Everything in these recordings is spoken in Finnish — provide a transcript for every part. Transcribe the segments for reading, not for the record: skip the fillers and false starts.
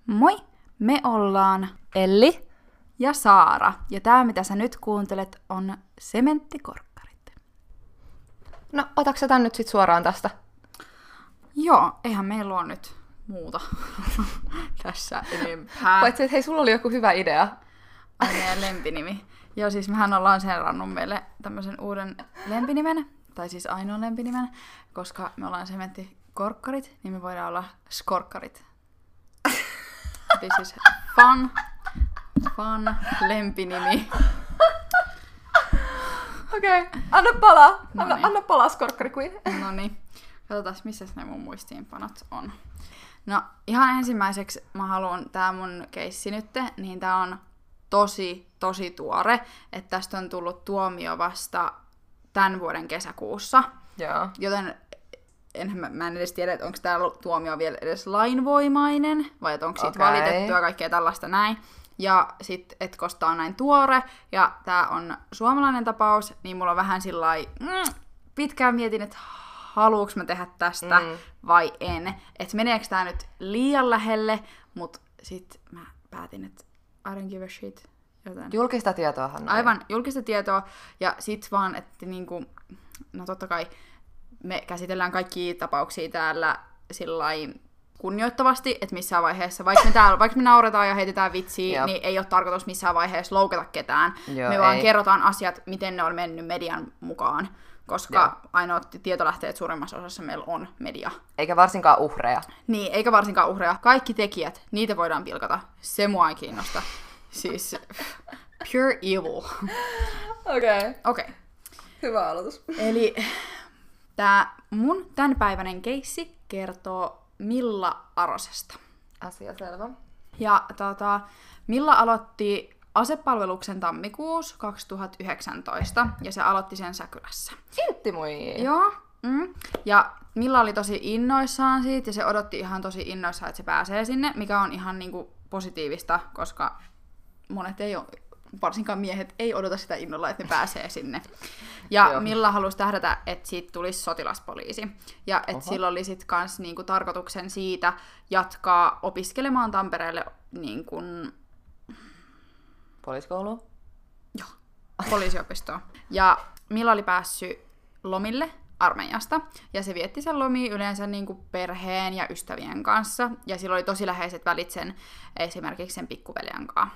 Moi! Me ollaan Elli ja Saara. Ja tää, mitä sä nyt kuuntelet, on Sementtikorkkarit. No, otatko sä tän nyt sit suoraan tästä? Joo, eihän meillä ole nyt muuta tässä enempää. Paitsi, että hei, sulla oli joku hyvä idea. Ai meidän lempinimi. Joo, siis mehän on lanseerannut meille tämmöisen uuden lempinimen, tai siis ainoan lempinimen, koska me ollaan Sementtikorkkarit, niin me voidaan olla Skorkkarit. This is fun lempinimi. Okei, anna palaa. Noniin. Anna palaa, Skorkkari Queen. Noniin, katsotaan missä ne mun muistiinpanot on. No ihan ensimmäiseksi mä haluan, tää mun keissi nyt, niin tää on tosi tuore, että tästä on tullut tuomio vasta tämän vuoden kesäkuussa. Joo. Joten mä en edes tiedä, että onko tää tuomio vielä edes lainvoimainen, vai että onko siitä valitettu ja kaikkea tällaista näin. Ja sit, et koska tää on näin tuore, ja tää on suomalainen tapaus, niin mulla on vähän sillai, pitkään mietin, että haluuks mä tehdä tästä vai en. Että meneekö tää nyt liian lähelle, mut sit mä päätin, että I don't give a shit. Joten Julkista tietoahan. aivan julkista tietoa, ja sit vaan, että niinku, no totta kai me käsitellään kaikkia tapauksia täällä sillai kunnioittavasti, että missään vaiheessa, vaikka me nauretaan ja heitetään vitsiä, niin ei ole tarkoitus missään vaiheessa loukata ketään. Joo, me vaan kerrotaan asiat, miten ne on mennyt median mukaan, koska ainoat tietolähteet suurimmassa osassa meillä on media. Eikä varsinkaan uhreja. Niin, eikä varsinkaan uhreja. Kaikki tekijät, niitä voidaan pilkata. Se mua ei kiinnosta. Siis pure evil. Okei. Hyvä aloitus. Eli tää mun tämänpäiväinen keissi kertoo Milla Arosesta. Asia selvä. Ja Milla aloitti asepalveluksen tammikuussa 2019, ja se aloitti sen Säkylässä. Inttimoi. Joo. Ja Milla oli tosi innoissaan siitä, ja se odotti ihan tosi innoissaan, että se pääsee sinne, mikä on ihan niinku positiivista, koska monet ei ole, varsinkaan miehet ei odota sitä innolla, että ne pääsee sinne. Ja Milla halusi tähdätä, että siitä tulisi sotilaspoliisi. Ja että sillä oli sitten kans niinku tarkoituksen siitä jatkaa opiskelemaan Tampereelle niinku Poliisikoulu? Joo, poliisiopistoon. Ja Milla oli päässyt lomille armeijasta, ja se vietti sen lomia yleensä niinku perheen ja ystävien kanssa, ja sillä oli tosi läheiset välit esimerkiksi sen pikkuveljen kanssa.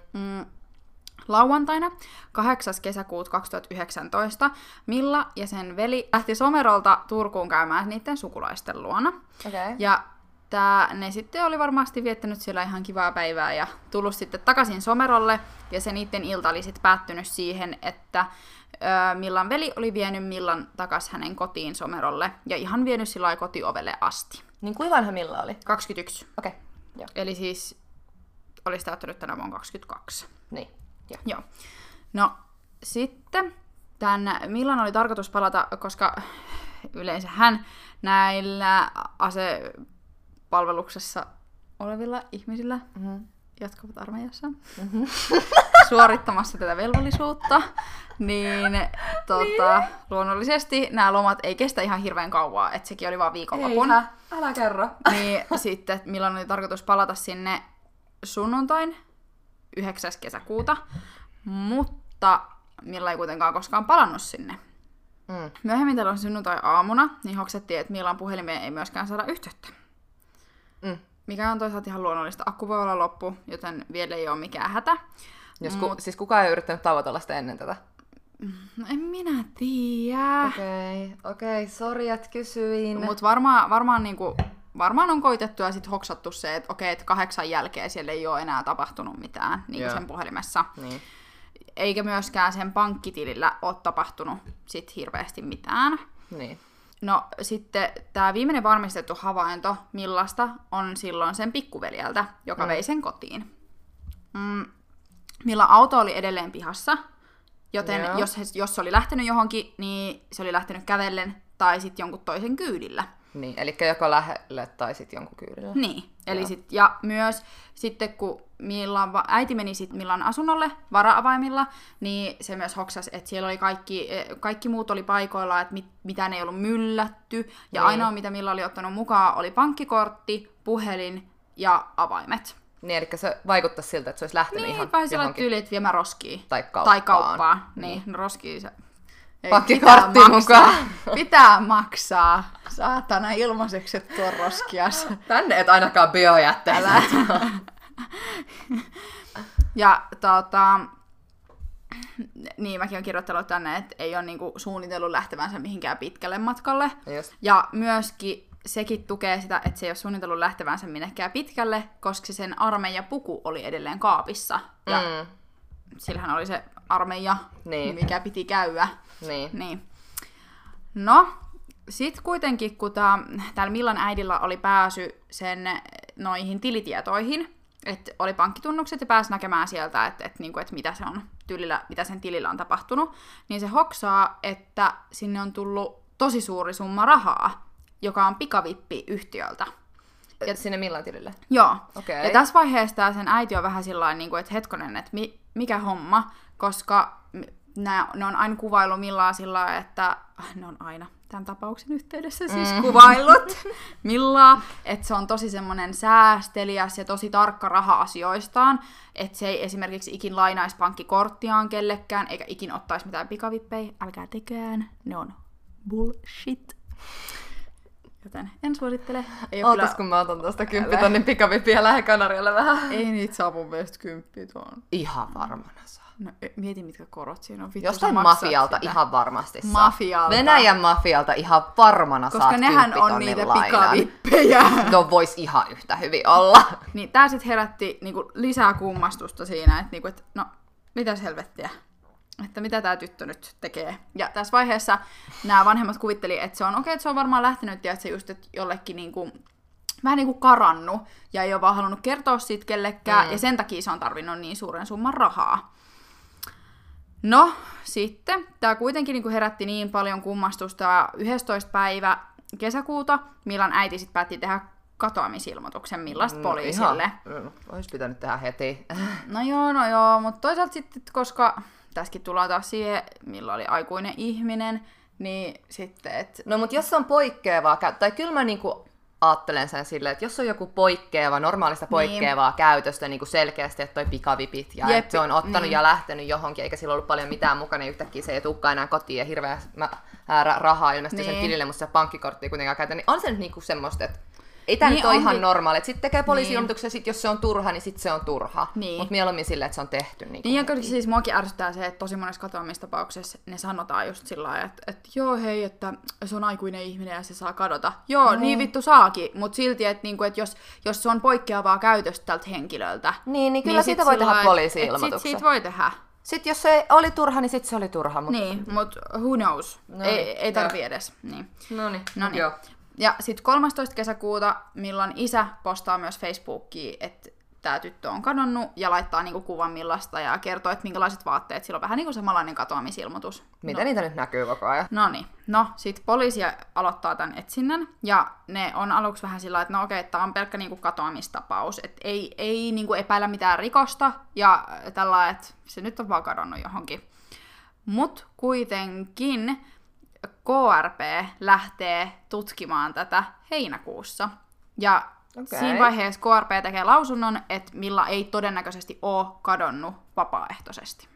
Lauantaina 8. kesäkuuta 2019 Milla ja sen veli lähti Somerolta Turkuun käymään niiden sukulaisten luona. Okay. Ja ne sitten oli varmasti viettänyt siellä ihan kivaa päivää ja tullut sitten takaisin Somerolle, ja se niiden ilta oli sitten päättynyt siihen, että Millan veli oli vienyt Millan takas hänen kotiin Somerolle ja ihan vienyt sillä lailla kotiovelle asti. Niin kuinka vanha Milla oli? 21. Okei. Joo. Eli siis olisi täyttänyt tänä vuonna 22. Niin. Joo. No sitten tämän Millan oli tarkoitus palata, koska yleensä hän näillä asepalveluksessa olevilla ihmisillä, jotka ovat armeijassa, suorittamassa tätä velvollisuutta, niin luonnollisesti nämä lomat ei kestä ihan hirveän kauaa, että sekin oli vaan viikonlopun. Älä kerro. Niin sitten Millan oli tarkoitus palata sinne sunnuntain 9. kesäkuuta, mutta Milla ei kuitenkaan koskaan palannut sinne. Myöhemmin tällä on sunnuntai-aamuna, niin hoksettiin, että Millan puhelimeen ei myöskään saada yhteyttä. Mikä on toisaalta ihan luonnollista. Akku voi olla loppu, joten vielä ei ole mikään hätä. Siis kukaan ei yrittänyt tavoitella sitä ennen tätä? No en minä tiedä. Okei, sori, että kysyin. Mutta varmaan on koitettu ja sitten hoksattu se, että okei, että 8 jälkeen siellä ei ole enää tapahtunut mitään niin sen puhelimessa. Niin. Eikä myöskään sen pankkitilillä ole tapahtunut sit hirveästi mitään. Niin. No sitten tämä viimeinen varmistettu havainto Millasta on silloin sen pikkuveljeltä, joka vei sen kotiin. Millan auto oli edelleen pihassa, joten jos se oli lähtenyt johonkin, niin se oli lähtenyt kävellen tai sitten jonkun toisen kyydillä. Niin, eli joko lähelle tai sitten jonkun kyydillä. Niin, eli ja myös sitten kun äiti meni sitten Millan asunnolle vara-avaimilla, niin se myös hoksasi, että siellä oli kaikki muut oli paikoilla, että mitään ei ollut myllätty. Ja ainoa, mitä Milla oli ottanut mukaan, oli pankkikortti, puhelin ja avaimet. Niin, eli se vaikuttaisi siltä, että se olisi lähtenyt Niin, ihan vähän sillä johonkin. tyyliin, että viemään roskiin. Tai kauppaan. Niin, no roskiin se... Pankkikortti mukaan. Pitää maksaa. Saatana ilmaiseksi, että tuo roskias. Tänne et ainakaan biojätteellä. Ja niin mäkin olen kirjoittanut tänne, että ei ole niinku suunnitellut lähtevänsä mihinkään pitkälle matkalle. Just. Ja myöskin sekin tukee sitä, että se ei ole suunnitellut lähtevänsä minnekään pitkälle, koska sen armeijapuku oli edelleen kaapissa. Ja sillähän oli se armeija, mikä piti käydä. Niin. No, sit kuitenkin, kun täällä Millan äidillä oli pääsy sen noihin tilitietoihin, että oli pankkitunnukset ja pääsi näkemään sieltä, että mitä sen tilillä on tapahtunut, niin se hoksaa, että sinne on tullut tosi suuri summa rahaa, joka on pikavippi-yhtiöltä. Ja sinne Millan tilille? Joo. Okay. Ja tässä vaiheessa sen äiti on vähän sillain, että hetkonen, että mikä homma, koska ne on aina kuvaillut Millaa sillä lailla, että ne on aina tämän tapauksen yhteydessä siis kuvaillut Millaa, että se on tosi semmoinen säästeliäs ja tosi tarkka raha-asioistaan, että se ei esimerkiksi ikin lainaisi pankkikorttiaan kellekään, eikä ikin ottaisi mitään pikavippejä, älkää tekään, ne on bullshit. Joten en suosittele. Ootas, kun mä otan tuosta 10 000 pikavippiä lähde Kanarialle vähän. Ei niitä saa mun mielestä 10 tuon. Ihan varmana saa. No mieti mitkä korot siinä on. Vittu, jostain mafialta sitä. Ihan varmasti saa. Mafialta. Venäjän mafialta ihan varmana koska saat 10 000 nehän on niitä lainan. pikavippejä. No vois ihan yhtä hyvin olla. Niin tää sit herätti niinku lisää kummastusta siinä, että niinku, no mitäs helvettiä. Että mitä tää tyttö nyt tekee. Ja tässä vaiheessa nämä vanhemmat kuvitteli, että se on okei, että se on varmaan lähtenyt ja että se just että jollekin niinku, vähän niinku karannut ja ei ole vaan halunnut kertoa siitä kellekään ja sen takia se on tarvinnut niin suuren summan rahaa. No, sitten tää kuitenkin niinku herätti niin paljon kummastusta 11. päivä kesäkuuta, Millan äiti sit päätti tehdä katoamisilmoituksen Millasta poliisille. Ois pitänyt tehdä heti. No joo, mutta toisaalta sitten, koska tässäkin tullaan taas siihen, Milla oli aikuinen ihminen, niin sitten, että... No mut jos on poikkeavaa, tai kyllä mä niinku ajattelen sen silleen, että jos on joku normaalista poikkeavaa käytöstä niin kuin selkeästi, että toi pikavipit ja että se on ottanut ja lähtenyt johonkin, eikä sillä ollut paljon mitään mukana, niin yhtäkkiä se ei tulekaan enää kotiin ja hirveä määrä rahaa ilmestyy sen tilille, mutta se pankkikortti kuitenkaan käytä, niin on se nyt niinku semmoista, että ei tämä nyt ole ihan normaali. Sitten tekee poliisi-ilmoituksen, sit jos se on turha, niin sitten se on turha. Niin. Mutta mieluummin silleen, että se on tehty. Niin ja kyllä siis muakin ärsyttää se, että tosi monessa katoamistapauksessa ne sanotaan just sillä lailla, että joo hei, että se on aikuinen ihminen ja se saa kadota. Joo, niin vittu saakin, mutta silti, että niinku, et jos se on poikkeavaa käytöstä tältä henkilöltä. Niin kyllä siitä voi tehdä poliisi-ilmoituksen. Siitä voi tehdä. Sitten jos se oli turha, niin sitten se oli turha. Niin, mutta who knows? Ei tarvitse edes. Niin. Noniin. Joo. Ja sitten 13. kesäkuuta Millan isä postaa myös Facebookiin, että tämä tyttö on kadonnut ja laittaa niinku kuvan Millasta ja kertoo, että minkälaiset vaatteet. Sillä on vähän niinku samanlainen katoamisilmoitus. Mitä niitä nyt näkyy koko ajan? No, sitten poliisi aloittaa tämän etsinnän ja ne on aluksi vähän sillä, että no okei, tämä on pelkkä niinku katoamistapaus. Että ei niinku epäillä mitään rikosta ja tällä, että se nyt on vaan kadonnut johonkin. Mut kuitenkin KRP lähtee tutkimaan tätä heinäkuussa. Ja siinä vaiheessa KRP tekee lausunnon, että Milla ei todennäköisesti ole kadonnut vapaaehtoisesti.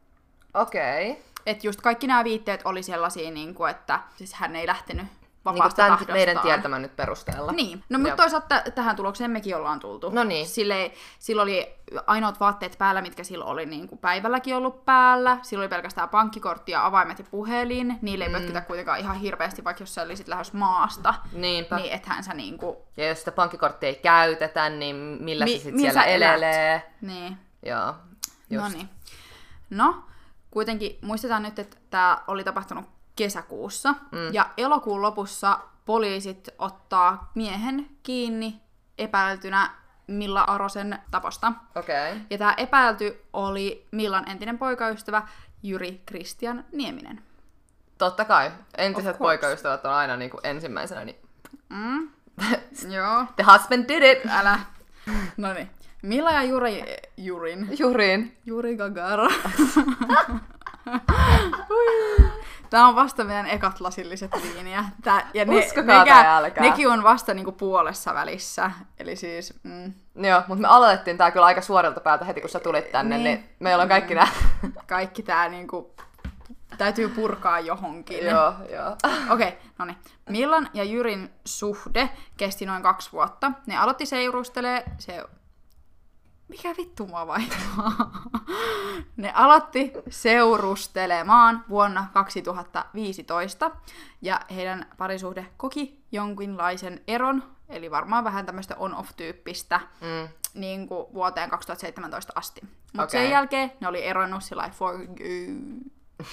Okei. Että just kaikki nämä viitteet oli sellaisia, että siis hän ei lähtenyt vapaasta niin tahdostaan. Meidän tietämän nyt perusteella. Niin. No mutta toisaalta tähän tulokseen mekin ollaan tultu. No niin. Sillä oli ainoat vaatteet päällä, mitkä sillä oli niin kuin päivälläkin ollut päällä. Sillä oli pelkästään pankkikortti ja avaimet ja puhelin. Niille ei pötkitä kuitenkaan ihan hirveästi, vaikka jos sä olisit lähes maasta. Niinpä. Niin ethän sä niinku... Ja jos sitä pankkikorttia ei käytetä, niin millä se sit siellä elelee. Niin. Joo, just. Noniin. No, kuitenkin muistetaan nyt, että tää oli tapahtunut kesäkuussa. Ja elokuun lopussa poliisit ottaa miehen kiinni epäiltynä Milla Arosen taposta. Okei. Ja tämä epäilty oli Millan entinen poikaystävä Jyri Kristian Nieminen. Totta kai. Entiset poikaystävät on aina niinku ensimmäisenä. Niin... Joo. The husband did it! Älä. Noniin. Milla ja Juri Gagara. Tää on vasta meidän ekat lasilliset viiniä. Ja nekin on vasta niinku puolessa välissä. Eli siis... Joo, mutta me aloitettiin tää kyllä aika suorilta päältä heti, kun sä tulit tänne, niin meillä on kaikki nää. Kaikki tää niinku... Täytyy purkaa johonkin. Joo. Okei, no niin. Millan ja Jyrin suhde kesti noin 2 vuotta. Ne aloitti seurustelee... Mikä vittu mua vaihtaa? Ne aloitti seurustelemaan vuonna 2015 ja heidän parisuhde koki jonkinlaisen eron, eli varmaan vähän tämmöistä on-off-tyyppistä niin kuin vuoteen 2017 asti. Mutta sen jälkeen ne oli eronnut sillä for you.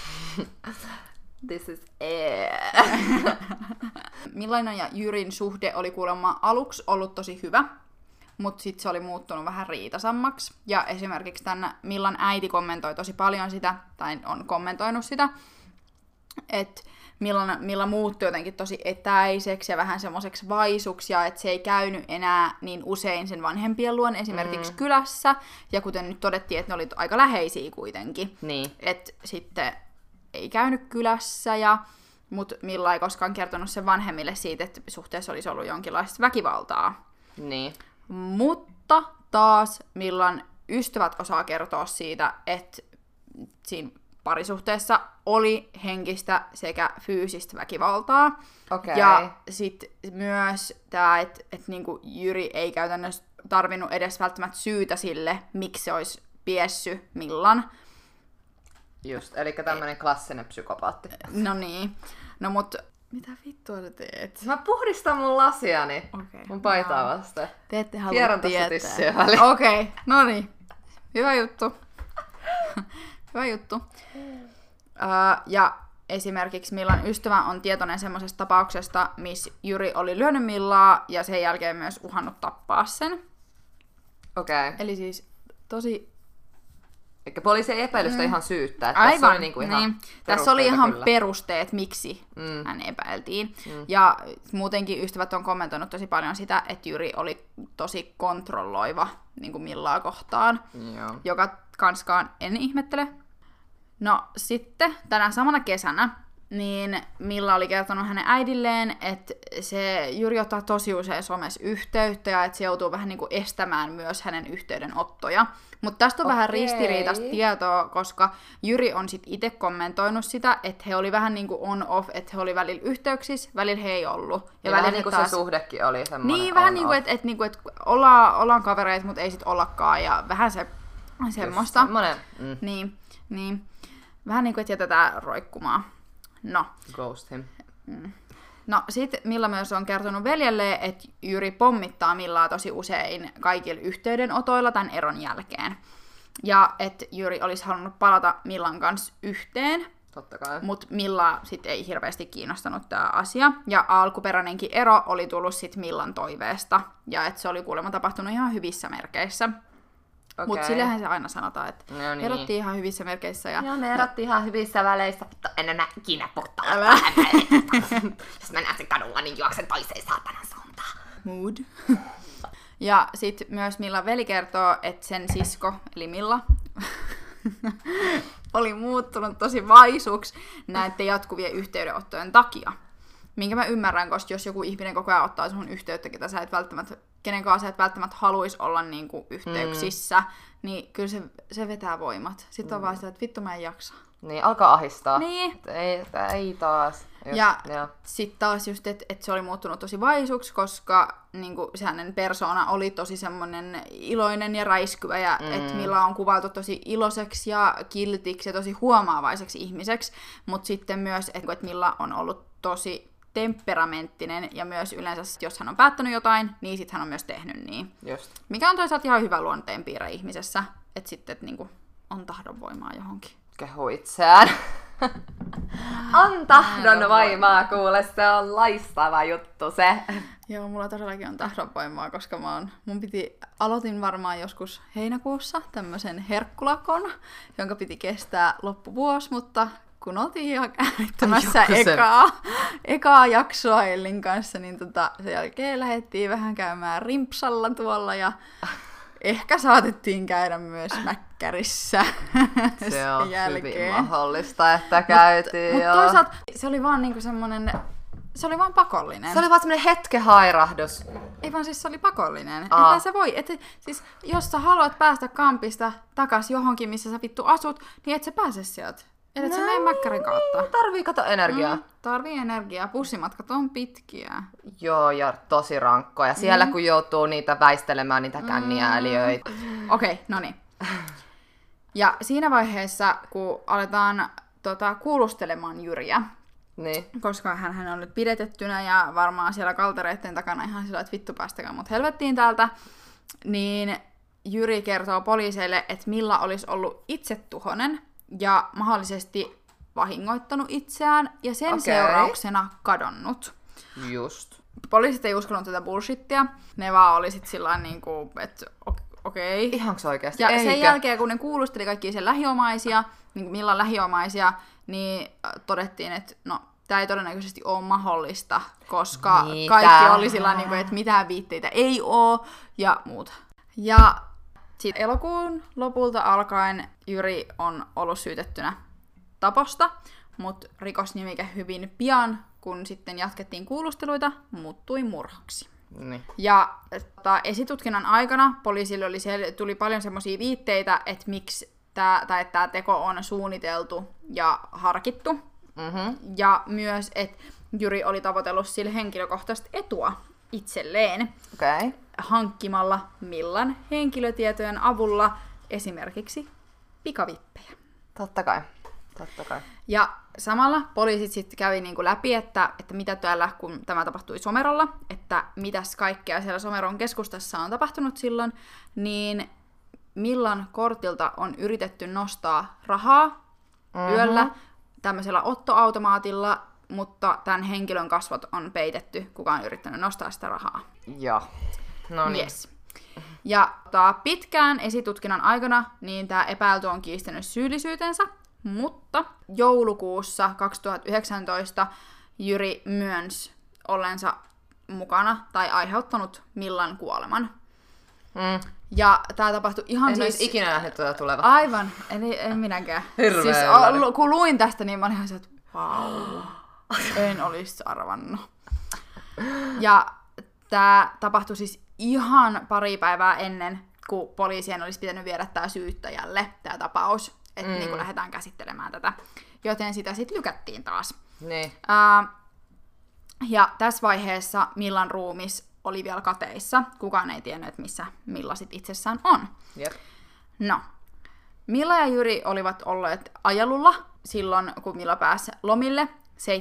This is it. Millainen ja Jyrin suhde oli kuulemma aluksi ollut tosi hyvä. Mutta sitten se oli muuttunut vähän riitasammaksi. Ja esimerkiksi tämän Millan äiti kommentoi tosi paljon sitä, tai on kommentoinut sitä, että Milla muuttui jotenkin tosi etäiseksi ja vähän semmoiseksi vaisuksi, ja että se ei käynyt enää niin usein sen vanhempien luon esimerkiksi kylässä. Ja kuten nyt todettiin, että ne oli aika läheisiä kuitenkin. Niin. Että sitten ei käynyt kylässä, mutta Milla ei koskaan kertonut sen vanhemmille siitä, että suhteessa olisi ollut jonkinlaista väkivaltaa. Niin. Mutta taas Millan ystävät osaa kertoa siitä, että siinä parisuhteessa oli henkistä sekä fyysistä väkivaltaa. Okay. Ja sitten myös tämä, että niinku Jyri ei käytännössä tarvinnut edes välttämättä syytä sille, miksi se olisi piessy Millan. Just, eli tämmönen klassinen psykopaatti. No niin. No mut... Mitä vittua sä teet? Mä puhdistan mun lasiani. Mun paitaa vasten. Te ette halua tietää. Okei, no niin. Hyvä juttu. Hyvä juttu. Ja esimerkiksi Millan ystävä on tietoinen semmoisesta tapauksesta, missä Jyri oli lyönyt Millaa ja sen jälkeen myös uhannut tappaa sen. Okei. Eli siis tosi... Eikä poliisi ei epäilystä ihan syyttää. Aivan, tässä oli niinku ihan niin. Tässä oli ihan kyllä. Perusteet, miksi hän epäiltiin. Ja muutenkin ystävät on kommentoinut tosi paljon sitä, että Jyri oli tosi kontrolloiva niin kuin Millaa kohtaan, joka kanskaan en ihmettele. No sitten tänä samana kesänä niin Milla oli kertonut hänen äidilleen, että se Jyri ottaa tosi usein somessa yhteyttä ja että se joutuu vähän niin kuin estämään myös hänen yhteydenottoja. Mutta tästä on vähän ristiriitaista tietoa, koska Jyri on sitten itse kommentoinut sitä, että he oli vähän niin kuin on-off, että he oli välillä yhteyksissä, välillä he ei ollut. Ja vähän niin kuin taas... se suhdekin oli semmoinen niin, vähän niin kuin, että niinku, et ollaan kavereita, mutta ei sitten ollakaan, ja vähän se semmoista. Semmoinen. Niin. Vähän niin kuin, että jätetään roikkumaan. No. Ghost him. No sit Milla myös on kertonut veljelleen, että Jyri pommittaa Millaa tosi usein kaikilla yhteydenotoilla tämän eron jälkeen. Ja että Jyri olisi halunnut palata Millan kanssa yhteen. Totta kai. Mutta Milla sit ei hirveästi kiinnostanut tämä asia. Ja alkuperäinenkin ero oli tullut sit Millan toiveesta. Ja että se oli kuulemma tapahtunut ihan hyvissä merkeissä. Okay. Mutta sillähän se aina sanotaan, että erottiin ihan hyvissä merkeissä. Joo, me erottiin ihan hyvissä väleissä. Vittu, en enää ikinä puhuttaa. Jos mä näen sen kadulla, niin juoksen toiseen saatanan suuntaan. Mood. Ja sit myös Millan veli kertoo, että sen sisko, eli Milla, oli muuttunut tosi vaisuksi näiden jatkuvien yhteydenottojen takia. Minkä mä ymmärrän, koska jos joku ihminen koko ajan ottaa sun yhteyttä, kenen kanssa sä et välttämättä haluaisi olla niinku yhteyksissä, niin kyllä se vetää voimat. Sitten on vaan sitä, että vittu mä en jaksa. Niin, alkaa ahistaa. Niin. Ei taas. Ja sitten taas just, että se oli muuttunut tosi vaisuksi, koska niinku, se hänen persoona oli tosi semmoinen iloinen ja räiskyvä, ja että Milla on kuvailtu tosi iloiseksi ja kiltiksi ja tosi huomaavaiseksi ihmiseksi, mutta sitten myös, että Milla on ollut tosi temperamenttinen, ja myös yleensä, jos hän on päättänyt jotain, niin sitten hän on myös tehnyt niin. Just. Mikä on toisaalta ihan hyvä luonteenpiirre ihmisessä, että sitten niinku, on tahdonvoimaa johonkin. Kehu itseään. On tahdonvoimaa, kuule, se on loistava juttu se. Joo, mulla todellakin on tahdonvoimaa, koska aloitin varmaan joskus heinäkuussa tämmöisen herkkulakon, jonka piti kestää loppuvuosi, mutta kun oltiin ihan äänittämässä ekaa jaksoa Ellin kanssa, niin sen jälkeen lähdettiin vähän käymään rimpsalla tuolla ja Ehkä saatettiin käydä myös Mäkkärissä se on jälkeen. Hyvin mahdollista, että käytiin. Mutta toisaalta se oli vaan niinku semmonen, se oli vaan pakollinen. Se oli vaan semmonen hetken hairahdus. Ei vaan siis se oli pakollinen. Että sä voi, että siis jos sä haluat päästä kampista takas johonkin, missä sä vittu asut, niin et sä pääse sieltä. Edet sä mene Mäkkärin kautta. Tarvii kato energiaa. Tarvii energiaa. Bussimatkat on pitkiä. Joo, ja tosi rankkoja. Siellä kun joutuu niitä väistelemään, niitä känniääliöitä. Okei, no niin. Ja siinä vaiheessa, kun aletaan kuulustelemaan Jyriä, niin. koska hän on nyt pidetettynä ja varmaan siellä kaltereiden takana ihan sillä, että vittu päästäkää mut helvettiin täältä, niin Jyri kertoo poliiseille, että Milla olisi ollut itsetuhoinen ja mahdollisesti vahingoittanut itseään ja sen seurauksena kadonnut. Just. Poliisit ei uskonut tätä bullshittia. Ne vaan oli sit sillain niinku, että okei. Ihanko se oikeasti? Ja sen jälkeen, kun ne kuulusteli kaikkia sen lähiomaisia, niin Millan lähiomaisia, niin todettiin, että no, tää ei todennäköisesti ole mahdollista, koska kaikki oli sillain, niinku, että mitään viitteitä ei oo ja muuta. Ja sitten elokuun lopulta alkaen Jyri on ollut syytettynä taposta, mutta rikosnimike hyvin pian, kun sitten jatkettiin kuulusteluita, muuttui murhaksi. Niin. Ja esitutkinnan aikana poliisille tuli paljon semmoisia viitteitä, että miksi tämä teko on suunniteltu ja harkittu. Mm-hmm. Ja myös, että Jyri oli tavoitellut sille henkilökohtaista etua itselleen hankkimalla Millan henkilötietojen avulla esimerkiksi pikavippejä. Totta kai. Ja samalla poliisit sitten kävi niinku läpi, että mitä täällä, kun tämä tapahtui Somerolla, että mitäs kaikkea siellä Someron keskustassa on tapahtunut silloin, niin Millan kortilta on yritetty nostaa rahaa yöllä tämmöisellä ottoautomaatilla, mutta tämän henkilön kasvot on peitetty, kuka on yrittänyt nostaa sitä rahaa. Joo. No niin. Yes. Ja pitkään esitutkinnan aikana niin tämä epäilty on kiistänyt syyllisyytensä, mutta joulukuussa 2019 Jyri myönsi ollensa mukana tai aiheuttanut Millan kuoleman. Ja tää tapahtui ihan en olisi ikinä nähnyt tuota tuleva. Aivan, en minäkään. Siis kun luin tästä, niin mä olin ihan se, että vau, en olisi arvannut. Ja tää tapahtui siis ihan pari päivää ennen, kun poliisien olisi pitänyt viedä tää syyttäjälle, tää tapaus, että niin kun lähdetään käsittelemään tätä. Joten sitä sitten lykättiin taas. Niin. Ja tässä vaiheessa Millan ruumis oli vielä kateissa. Kukaan ei tiennyt, että missä Milla sit itsessään on. Yep. No, Milla ja Jyri olivat olleet ajelulla silloin, kun Milla pääsi lomille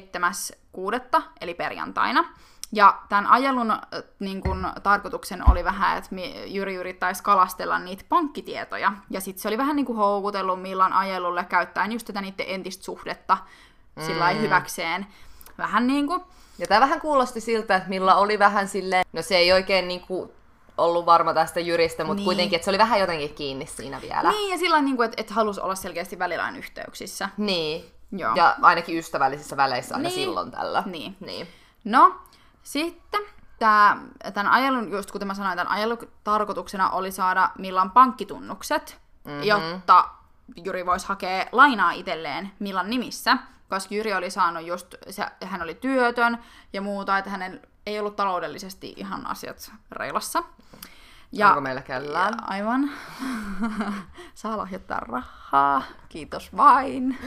7.6. eli perjantaina. Ja tämän ajelun niin kun, tarkoituksen oli vähän, että Jyri yrittäisi kalastella niitä pankkitietoja. Ja sitten se oli vähän niin kuin houkutellut Millan ajelulle käyttäen just tätä niiden entistä suhdetta sillai hyväkseen. Vähän niin kuin. Ja tämä vähän kuulosti siltä, että Milla oli vähän silleen, no se ei oikein niinku ollut varma tästä Jyristä, mutta kuitenkin, että se oli vähän jotenkin kiinni siinä vielä. Niin, ja sillä niin että halusi olla selkeästi välillä yhteyksissä. Niin, joo. Ja ainakin ystävällisissä väleissä aina silloin tällä. Niin. No, sitten tämän ajelun, just kuten mä sanoin, tämän ajelun tarkoituksena oli saada Millan pankkitunnukset, jotta Jyri voisi hakea lainaa itselleen Millan nimissä, koska Jyri oli saanut just, hän oli työtön ja muuta, että hänen ei ollut taloudellisesti ihan asiat reilassa. Ja, onko meillä kellään? Aivan. Saa lahjoittaa rahaa. Kiitos vain.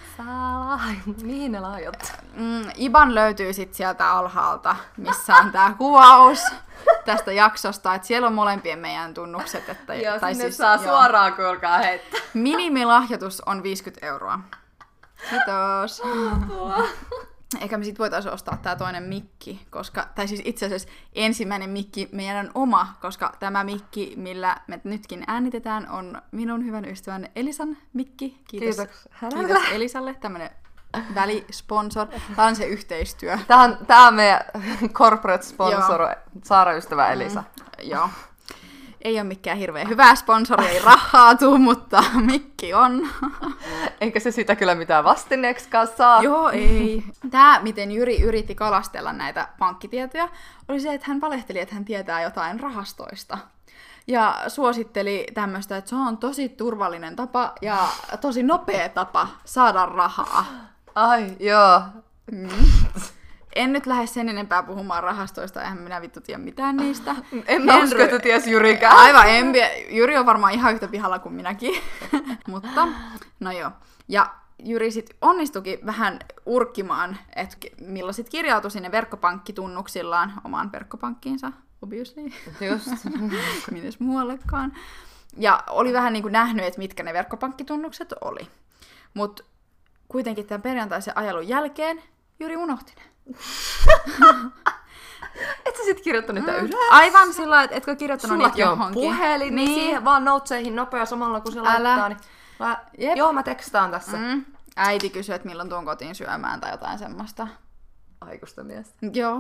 Mihin ne lahjoittaa? IBAN löytyy sit sieltä alhaalta, missä on tää kuvaus tästä jaksosta, että siellä on molempien meidän tunnukset. Että, joo, tai sinne siis, saa suoraan kuulkaa heittää. Minimilahjoitus on 50 €. Kiitos. Eikä me sit voitaisiin ostaa tää toinen mikki, koska, tai siis itse asiassa ensimmäinen mikki meidän oma, koska tämä mikki, millä me nytkin äänitetään, on minun hyvän ystävän Elisan mikki. Kiitos Elisalle, tämmönen välisponsor. Tää on se yhteistyö. Tää on meidän corporate sponsor, Saara-ystävä Elisa. Joo. Ei ole mikään hirveän hyvää sponsori, ei rahaa tuu, mutta mikki on. Eikä se sitä kyllä mitään vastineeksikaan saa. Joo, ei. Tämä, miten Jyri yritti kalastella näitä pankkitietoja, oli se, että hän valehteli, että hän tietää jotain rahastoista. ja suositteli tämmöistä, että se on tosi turvallinen tapa ja tosi nopea tapa saada rahaa. Ai, joo. En nyt lähde sen enempää puhumaan rahastoista, eihän minä vittu tiedä mitään niistä. En mä usko, että ties Jyrikään. Aivan, Jyri on varmaan ihan yhtä pihalla kuin minäkin. Mutta, no joo. Ja Jyri sit onnistuikin vähän urkkimaan, että milloin sit kirjautui sinne verkkopankkitunnuksillaan omaan verkkopankkiinsa, obviously. Just. Mites muuallekaan. Ja oli vähän niin kuin nähnyt, että mitkä ne verkkopankkitunnukset oli. Mutta kuitenkin tämän perjantaisen ajelun jälkeen Jyri unohti ne. Et sä sit kirjoittanut niitä ylös? Aivan sillä lailla, että etkö kirjoittanut niitä johonkin. Sulla on puhelin, niin siihen vaan noteseihin nopea samalla kun se laittaa. Niin... Joo, mä tekstaan tässä. Äiti kysyi, että milloin tuon kotiin syömään tai jotain semmoista. Aikuista miestä. Joo.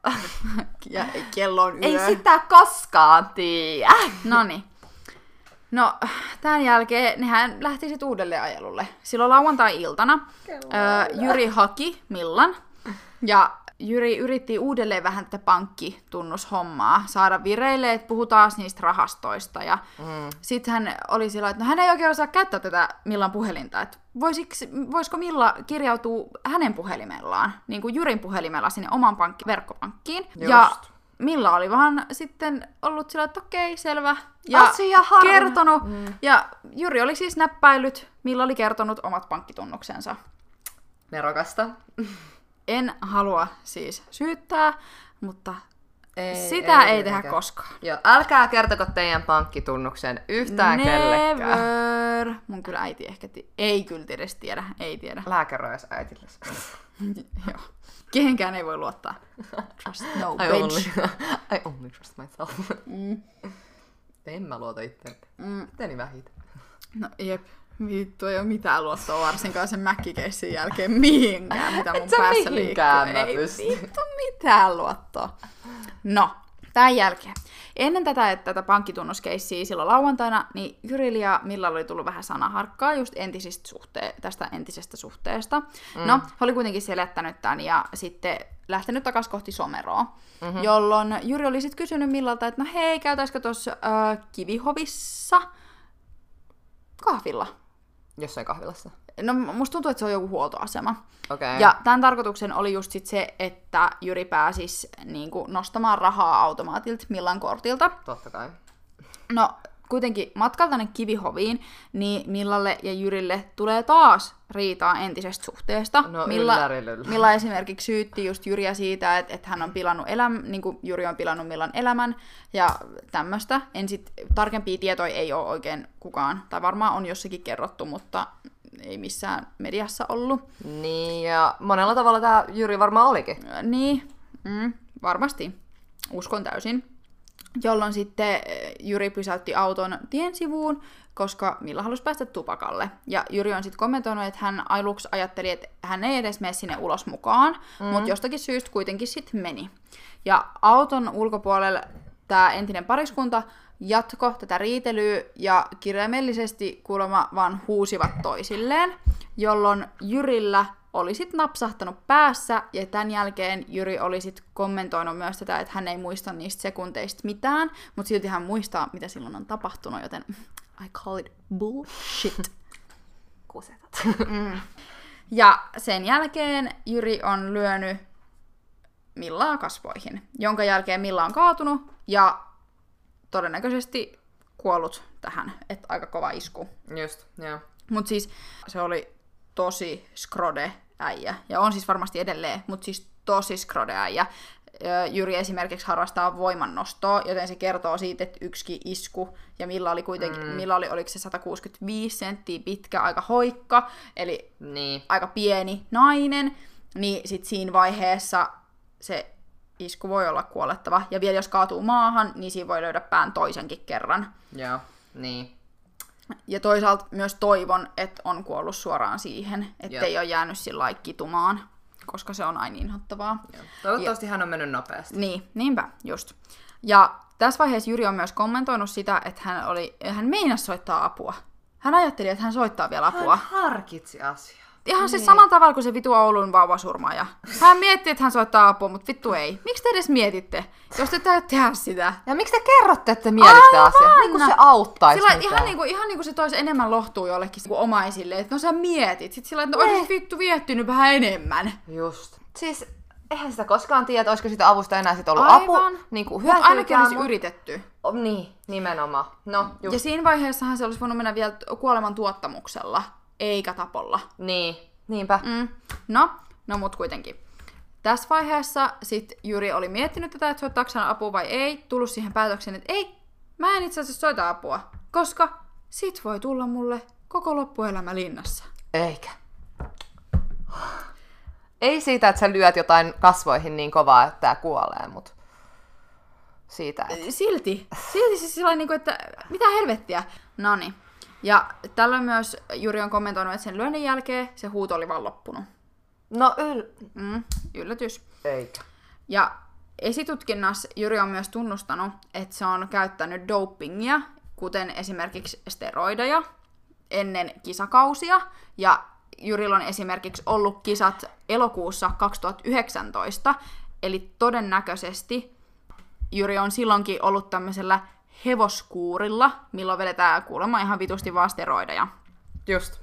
Ja kello on yö. Ei sitä koskaan tiedä. Noniin. No, tämän jälkeen nehän lähti sitten uudelleen ajelulle. Silloin lauantai-iltana Jyri haki Millan ja Jyri yritti uudelleen vähän tätä pankkitunnushommaa saada vireille, että puhutaan niistä rahastoista. Ja sitten hän oli sillä, että no, hän ei oikein osaa käyttää tätä Millan puhelinta. Että voisiko Milla kirjautua hänen puhelimellaan, niin kuin Jyrin puhelimella sinne oman verkkopankkiin. Just. Ja Milla oli vaan sitten ollut sillä, että okei, selvä. Ja kertonut. Ja Jyri oli siis näppäillyt, Milla oli kertonut omat pankkitunnuksensa. Nerokasta. En halua siis syyttää, mutta sitä ei tehdä koskaan. Joo, älkää kertoko teidän pankkitunnuksen yhtään kellekään. Never. Mun kyllä äiti ehkä ei kyllä edes tiedä. Ei tiedä. Lääkäröis äitille. Joo. Kehenkään ei voi luottaa. Trust no bitch. I only trust myself. En mä luota itseäni. Teeni vähiten. No jep. Vittu, ei ole mitään luottoa varsinkaan sen mäkkikeissin jälkeen mihinkään, mitä mun päässä liikkuu. Ei vittu mitään luottoa. No, tämän jälkeen. Ennen tätä pankkitunnuskeissiä silloin lauantaina, niin Jyrillä ja Milla oli tullut vähän sanaharkkaa just tästä entisestä suhteesta. No, he oli kuitenkin selättänyt tämän ja sitten lähtenyt takaisin kohti Someroa, jolloin Jyri oli sitten kysynyt Millalta, että no hei, käytäisikö tuossa Kivihovissa kahvilla? Jossain kahvilassa. No musta tuntuu, että se on joku huoltoasema. Okay. Ja tämän tarkoituksen oli just sit se, että Jyri pääsisi niinku nostamaan rahaa automaatilta Millan kortilta. Totta kai. No kuitenkin matkalta tänne Kivihoviin, niin Millalle ja Jyrille tulee taas riitaa entisestä suhteesta. No Milla esimerkiksi syytti just Jyriä siitä, että hän on pilannut niin Jyri on pilannut Millan elämän ja tämmöistä. Tarkempia tietoja ei ole oikein kukaan, tai varmaan on jossakin kerrottu, mutta ei missään mediassa ollut. Niin, ja monella tavalla tämä Jyri varmaan olikin. Niin, varmasti. Uskon täysin. Jolloin sitten Jyri pysäytti auton tien sivuun, koska Milla halusi päästä tupakalle. Ja Jyri on sitten kommentoinut, että hän aluksi ajatteli, että hän ei edes mene sinne ulos mukaan, mutta jostakin syystä kuitenkin sitten meni. Ja auton ulkopuolella tämä entinen pariskunta jatko tätä riitelyä ja kirjaimellisesti kuulemma vaan huusivat toisilleen, jolloin Jyrillä oli sit napsahtanut päässä, ja tämän jälkeen Jyri oli sit kommentoinut myös tätä, että hän ei muista niistä sekunteista mitään, mutta silti hän muistaa, mitä silloin on tapahtunut, joten I call it bullshit. Kusetat. Ja sen jälkeen Jyri on lyönyt Millaa kasvoihin, jonka jälkeen Milla on kaatunut ja todennäköisesti kuollut tähän, että aika kova isku. Just, joo. Mut siis se oli tosi skrode äijä. Ja on siis varmasti edelleen, mutta siis tosi skrode äijä. Jyri esimerkiksi harrastaa voimannostoa, joten se kertoo siitä, että yksikin isku, ja Milla oli kuitenkin, oliko se 165 senttiä pitkä, aika hoikka, eli aika pieni nainen, niin sit siinä vaiheessa se isku voi olla kuolettava. Ja vielä jos kaatuu maahan, niin siinä voi löydä pään toisenkin kerran. Joo, niin. Ja toisaalta myös toivon, että on kuollut suoraan siihen, ettei ole jäänyt sillä lailla kitumaan, koska se on aina inhottavaa. Joo. Toivottavasti hän on mennyt nopeasti. Niin, niinpä, just. Ja tässä vaiheessa Jyri on myös kommentoinut sitä, että hän meinasi soittaa apua. Hän ajatteli, että hän soittaa vielä apua. Hän harkitsi asiaa. Ihan siis samalla tavalla kuin se vitu Oulun vauvasurmaaja. Hän miettii, että hän soittaa apua, mutta vittu ei. Miksi te edes mietitte, jos te täytyy tehdä sitä? Ja miksi te kerrotte, että te mietitte asiaa? Niin kuin se auttaisi sillä, ihan niin kuin se toisi enemmän lohtua jollekin omaisille. Että no sä mietit. Sitten sillä että no olisit vittu miettinyt vähän enemmän. Just. Siis eihän sitä koskaan tiedä, olisiko sitä avusta enää sit ollut apu. Niin kuin mutta ainakin olisi yritetty. Niin, nimenomaan. No, just. Ja siinä vaiheessahan se olisi voinut mennä vielä kuoleman tuottamuksella, eikä tapolla. Niin, niinpä. No mut kuitenkin. Tässä vaiheessa sit Jyri oli miettinyt tätä, että soittaako hän apua vai ei, tullut siihen päätökseen, että ei, mä en itse asiassa soita apua, koska sit voi tulla mulle koko loppuelämä linnassa. Eikä. Ei siitä, että sä lyöt jotain kasvoihin niin kovaa, että tää kuolee, mut siitä, että... Silti siis sellainen, että mitä helvettiä. Noniin. Ja tällöin myös Jyri on kommentoinut, että sen lyönnin jälkeen se huuto oli vaan loppunut. No yllätys. Eikä. Ja esitutkinnassa Jyri on myös tunnustanut, että se on käyttänyt dopingia, kuten esimerkiksi steroideja, ennen kisakausia. Ja Jyrillä on esimerkiksi ollut kisat elokuussa 2019, eli todennäköisesti Jyri on silloinkin ollut tämmöisellä hevoskuurilla, milloin vedetään kuulemma ihan vitusti vaan steroideja. Just.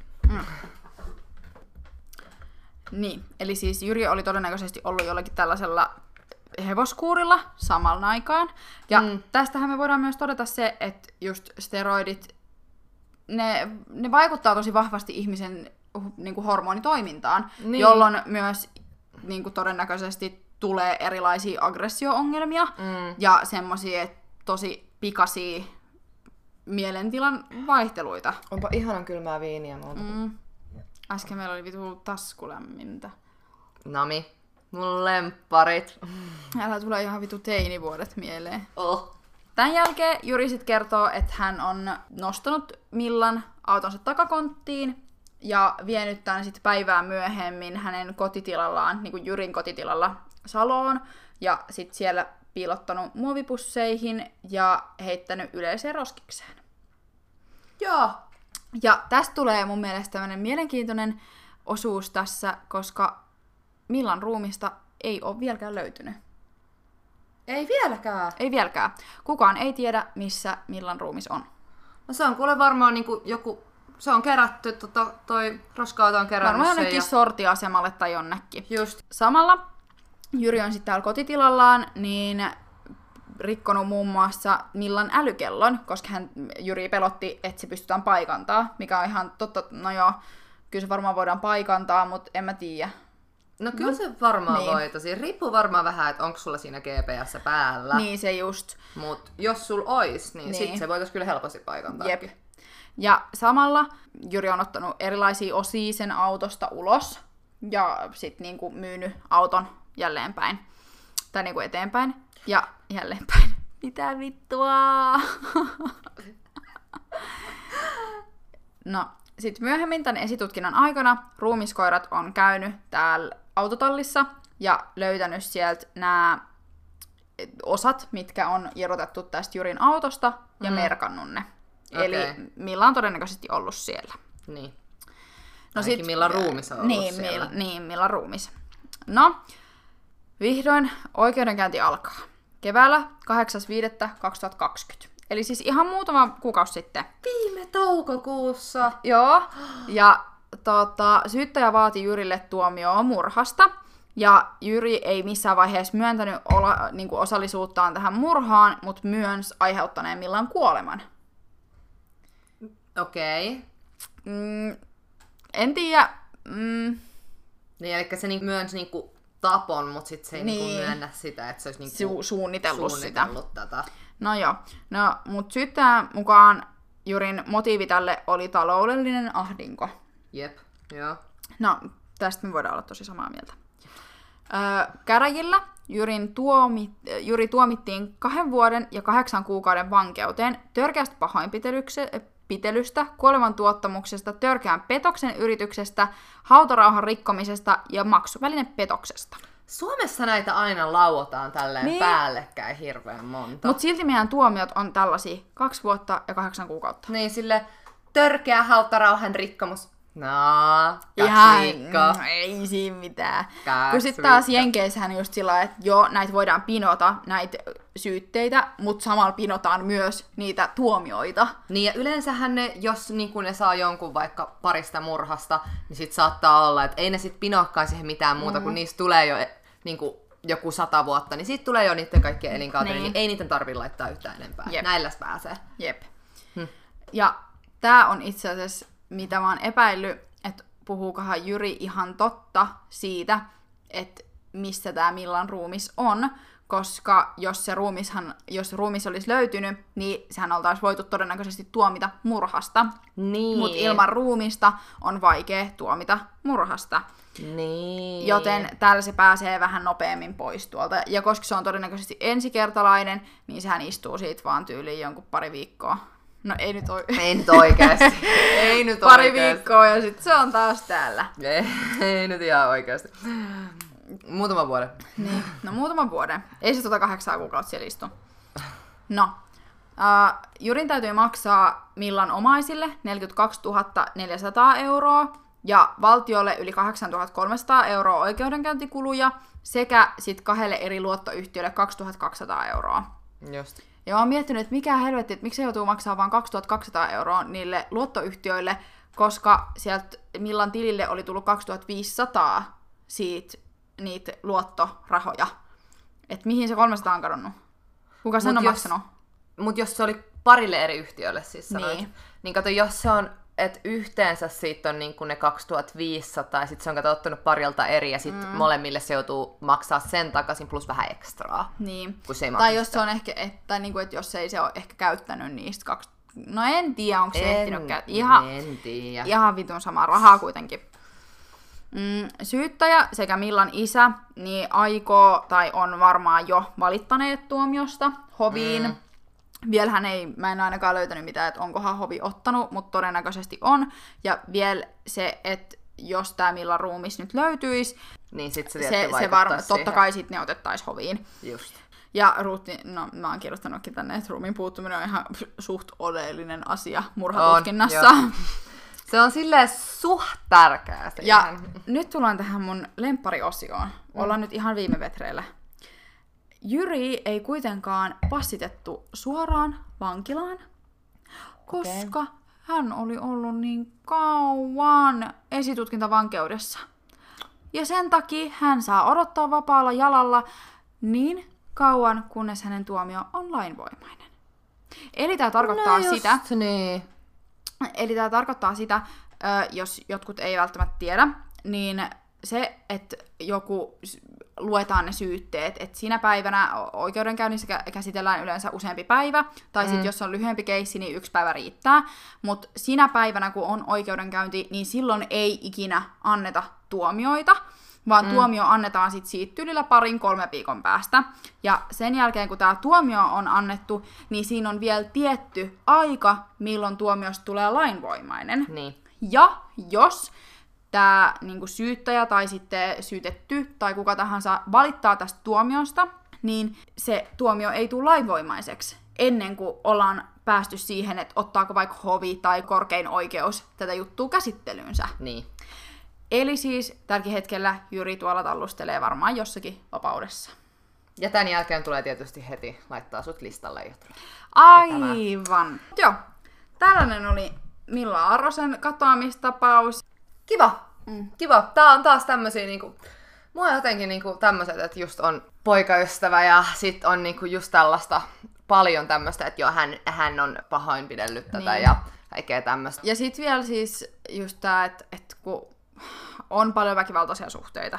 Niin, eli siis Jyri oli todennäköisesti ollut jollakin tällaisella hevoskuurilla samalla aikaan. Ja tästähän me voidaan myös todeta se, että just steroidit, ne vaikuttaa tosi vahvasti ihmisen niin kuin hormonitoimintaan, jolloin myös niin kuin todennäköisesti tulee erilaisia aggressio-ongelmia ja semmoisia tosi pikaisia mielentilan vaihteluita. Onpa ihanan kylmää viiniä muuta. Äsken meillä oli vitu taskulämmintä. Nami, mun lempparit. Älä tule ihan vitu teinivuodet mieleen. Oh. Tämän jälkeen Jyri sit kertoo, että hän on nostanut Millan autonsa takakonttiin ja vienyt tämän sit päivää myöhemmin hänen kotitilallaan, niin kuin Jyrin kotitilalla Saloon, ja sit siellä piilottanut muovipusseihin ja heittänyt yleiseen roskikseen. Joo. Ja tästä tulee mun mielestä tämmönen mielenkiintoinen osuus tässä, koska Millan ruumista ei ole vieläkään löytynyt. Ei vieläkään. Ei vieläkään. Kukaan ei tiedä, missä Millan ruumis on. No se on kuule varmaan niinku joku... Se on kerätty, toi roska-auto on kerännyt varmaan jonnekin sortiasemalle tai jonnekin. Just. Samalla Jyri on sitten täällä kotitilallaan, niin rikkonut muun muassa Millan älykellon, koska Jyri pelotti, että se pystytään paikantaa, mikä on ihan totta, no joo, kyllä se varmaan voidaan paikantaa, mutta en mä tiedä. No kyllä se varmaan voi, tosi. Riippuu varmaan vähän, että onko sulla siinä GPS päällä. Niin se just. Mut jos sul ois, niin sit se voitais kyllä helposti paikantaa. Jep. Ja samalla Jyri on ottanut erilaisia osia sen autosta ulos ja sit niinku myynyt auton jälleenpäin. Tai niinku eteenpäin ja jälleenpäin. Mitä vittua? No, sit myöhemmin tämän esitutkinnan aikana ruumiskoirat on käynyt täällä autotallissa ja löytänyt sieltä nämä osat, mitkä on irrotettu tästä Jyrin autosta ja merkannut ne. Okay. Eli Milla on todennäköisesti ollut siellä. Niin. No sit, Millan ruumis on ollut siellä. Millan ruumis. No, vihdoin oikeudenkäynti alkaa. Keväällä 8.5.2020. Eli siis ihan muutama kuukausi sitten. Viime toukokuussa. Joo. Ja syyttäjä vaati Jyrille tuomioa murhasta. Ja Jyri ei missään vaiheessa myöntänyt niinku osallisuuttaan tähän murhaan, mutta myönsi aiheuttaneen Millan kuoleman. Okei. En tiedä. Niin, eli se myönsi niinku tapon, mutta sitten se ei niinku myönnä sitä, että se olisi niinku suunnitellut sitä. Tätä. No joo. No, mutta syyttäjän mukaan Jyrin motiivi tälle oli taloudellinen ahdinko. Jep, joo. No, tästä me voidaan olla tosi samaa mieltä. Käräjillä Jyri tuomittiin 2 vuoden ja 8 kuukauden vankeuteen törkeästä pahoinpitelystä, kuolemantuottamuksesta, törkeän petoksen yrityksestä, hautarauhan rikkomisesta ja maksuvälinepetoksesta. Suomessa näitä aina lauotaan tälleen päällekkäin hirveän monta. Mutta silti meidän tuomiot on tällaisia 2 vuotta ja 8 kuukautta. Niin, sille törkeä hautarauhan rikkomus. No, ihan, ei siinä mitään. Kun sitten taas Jenkeissähän just sillä että joo, näitä voidaan pinota, näitä syytteitä, mutta samalla pinotaan myös niitä tuomioita. Niin ja yleensähän ne, jos niin kun ne saa jonkun vaikka parista murhasta, niin sit saattaa olla, että ei ne sit pinokkaan siihen mitään muuta, kun niistä tulee jo niin kun joku 100 vuotta, niin siitä tulee jo niiden kaikkien elinkautinen, niin ei niiden tarvitse laittaa yhtään enempää. Jep. Näillä pääsee. Jep. Ja tää on itse asiassa, mitä mä oon epäillyt, että puhuukohan Jyri ihan totta siitä, että missä tää Millan ruumis on, koska jos ruumis olisi löytynyt, niin sehän oltaisiin voitu todennäköisesti tuomita murhasta. Niin. Mutta ilman ruumista on vaikea tuomita murhasta. Niin. Joten täällä se pääsee vähän nopeammin pois tuolta. Ja koska se on todennäköisesti ensikertalainen, niin sehän istuu siitä vaan tyyliin jonkun pari viikkoa. No ei nyt oikeesti. Ei nyt pari viikkoa ja sitten se on taas täällä. Ei nyt ihan oikeesti. Muutama vuoden. Niin, no muutama vuoden. Ei se 8 kuukautta siellä istu. No, Jyrin täytyy maksaa Millan omaisille 42 400 euroa ja valtiolle yli 8 300 euroa oikeudenkäyntikuluja sekä sitten 2 eri luottoyhtiölle 2 200 euroa. Just. Ja mä oon miettinyt, että mikä helvetti, että miksi se joutuu maksaa vain 2 200 euroa niille luottoyhtiöille, koska sieltä Millan tilille oli tullut 2 500 siitä niitä luottorahoja. Että mihin se 300 on kadonnut? Kuka sen on maksanut? Mutta jos se oli parille eri yhtiölle siis sanoit, niin kato, jos se on, että yhteensä siitä on niin ne 2500 ja sitten se on ottanut parilta eri ja sitten molemmille se joutuu maksaa sen takaisin plus vähän ekstraa. Niin. Kun se ei tai jos se on ehkä, että jos ei se ole ehkä käyttänyt niistä no en tiedä, onko se ehtinyt käyttää. Ihan vitun sama rahaa kuitenkin. Syyttäjä sekä Millan isä niin aikoo tai on varmaan jo valittaneet tuomiosta hoviin. Vielähän mä en ainakaan löytänyt mitään, että onkohan hovi ottanut, mutta todennäköisesti on. Ja vielä se, että jos tämä Millan ruumis nyt löytyisi, niin sit se totta kai sitten ne otettaisiin hoviin. Just. Ja mä oon kirjoittanutkin tänne, että ruumiin puuttuminen on ihan suht oleellinen asia murhatutkinnassa. Se on silleen suht tärkeää. Ja ihan. Nyt tullaan tähän mun lemppariosioon. Ollaan nyt ihan viime vetreillä. Jyri ei kuitenkaan passitettu suoraan vankilaan, koska hän oli ollut niin kauan esitutkintavankeudessa. Ja sen takia hän saa odottaa vapaalla jalalla niin kauan, kunnes hänen tuomio on lainvoimainen. Eli tämä tarkoittaa sitä... Niin. Eli tämä tarkoittaa sitä, jos jotkut ei välttämättä tiedä, niin se, että joku luetaan ne syytteet, että siinä päivänä oikeudenkäynnissä käsitellään yleensä useampi päivä, tai sitten jos on lyhyempi keissi, niin 1 päivä riittää, mutta siinä päivänä, kun on oikeudenkäynti, niin silloin ei ikinä anneta tuomioita, vaan tuomio annetaan sitten siitä tyylillä 2-3 viikon päästä. Ja sen jälkeen, kun tämä tuomio on annettu, niin siinä on vielä tietty aika, milloin tuomiosta tulee lainvoimainen. Niin. Ja jos tämä niinku syyttäjä tai sitten syytetty tai kuka tahansa valittaa tästä tuomiosta, niin se tuomio ei tule lainvoimaiseksi ennen kuin ollaan päästy siihen, että ottaako vaikka hovi tai korkein oikeus tätä juttua käsittelyynsä. Niin. Eli siis tälläkin hetkellä Jyri tuolla tallustelee varmaan jossakin vapaudessa. Ja tämän jälkeen tulee tietysti heti laittaa sut listalle. Aivan. Joo. Tällainen oli Milla Arrosen katoamistapaus. Kiva. Kiva. Tää on taas tämmösiä niinku... Mua jotenkin niinku tämmöset, että just on poikaystävä ja sit on niinku just tällaista paljon tämmöstä, että joo, hän on pahoinpidellyt tätä ja kaikkea tämmöstä. Ja sit vielä siis just tää, että kun on paljon väkivaltaisia suhteita.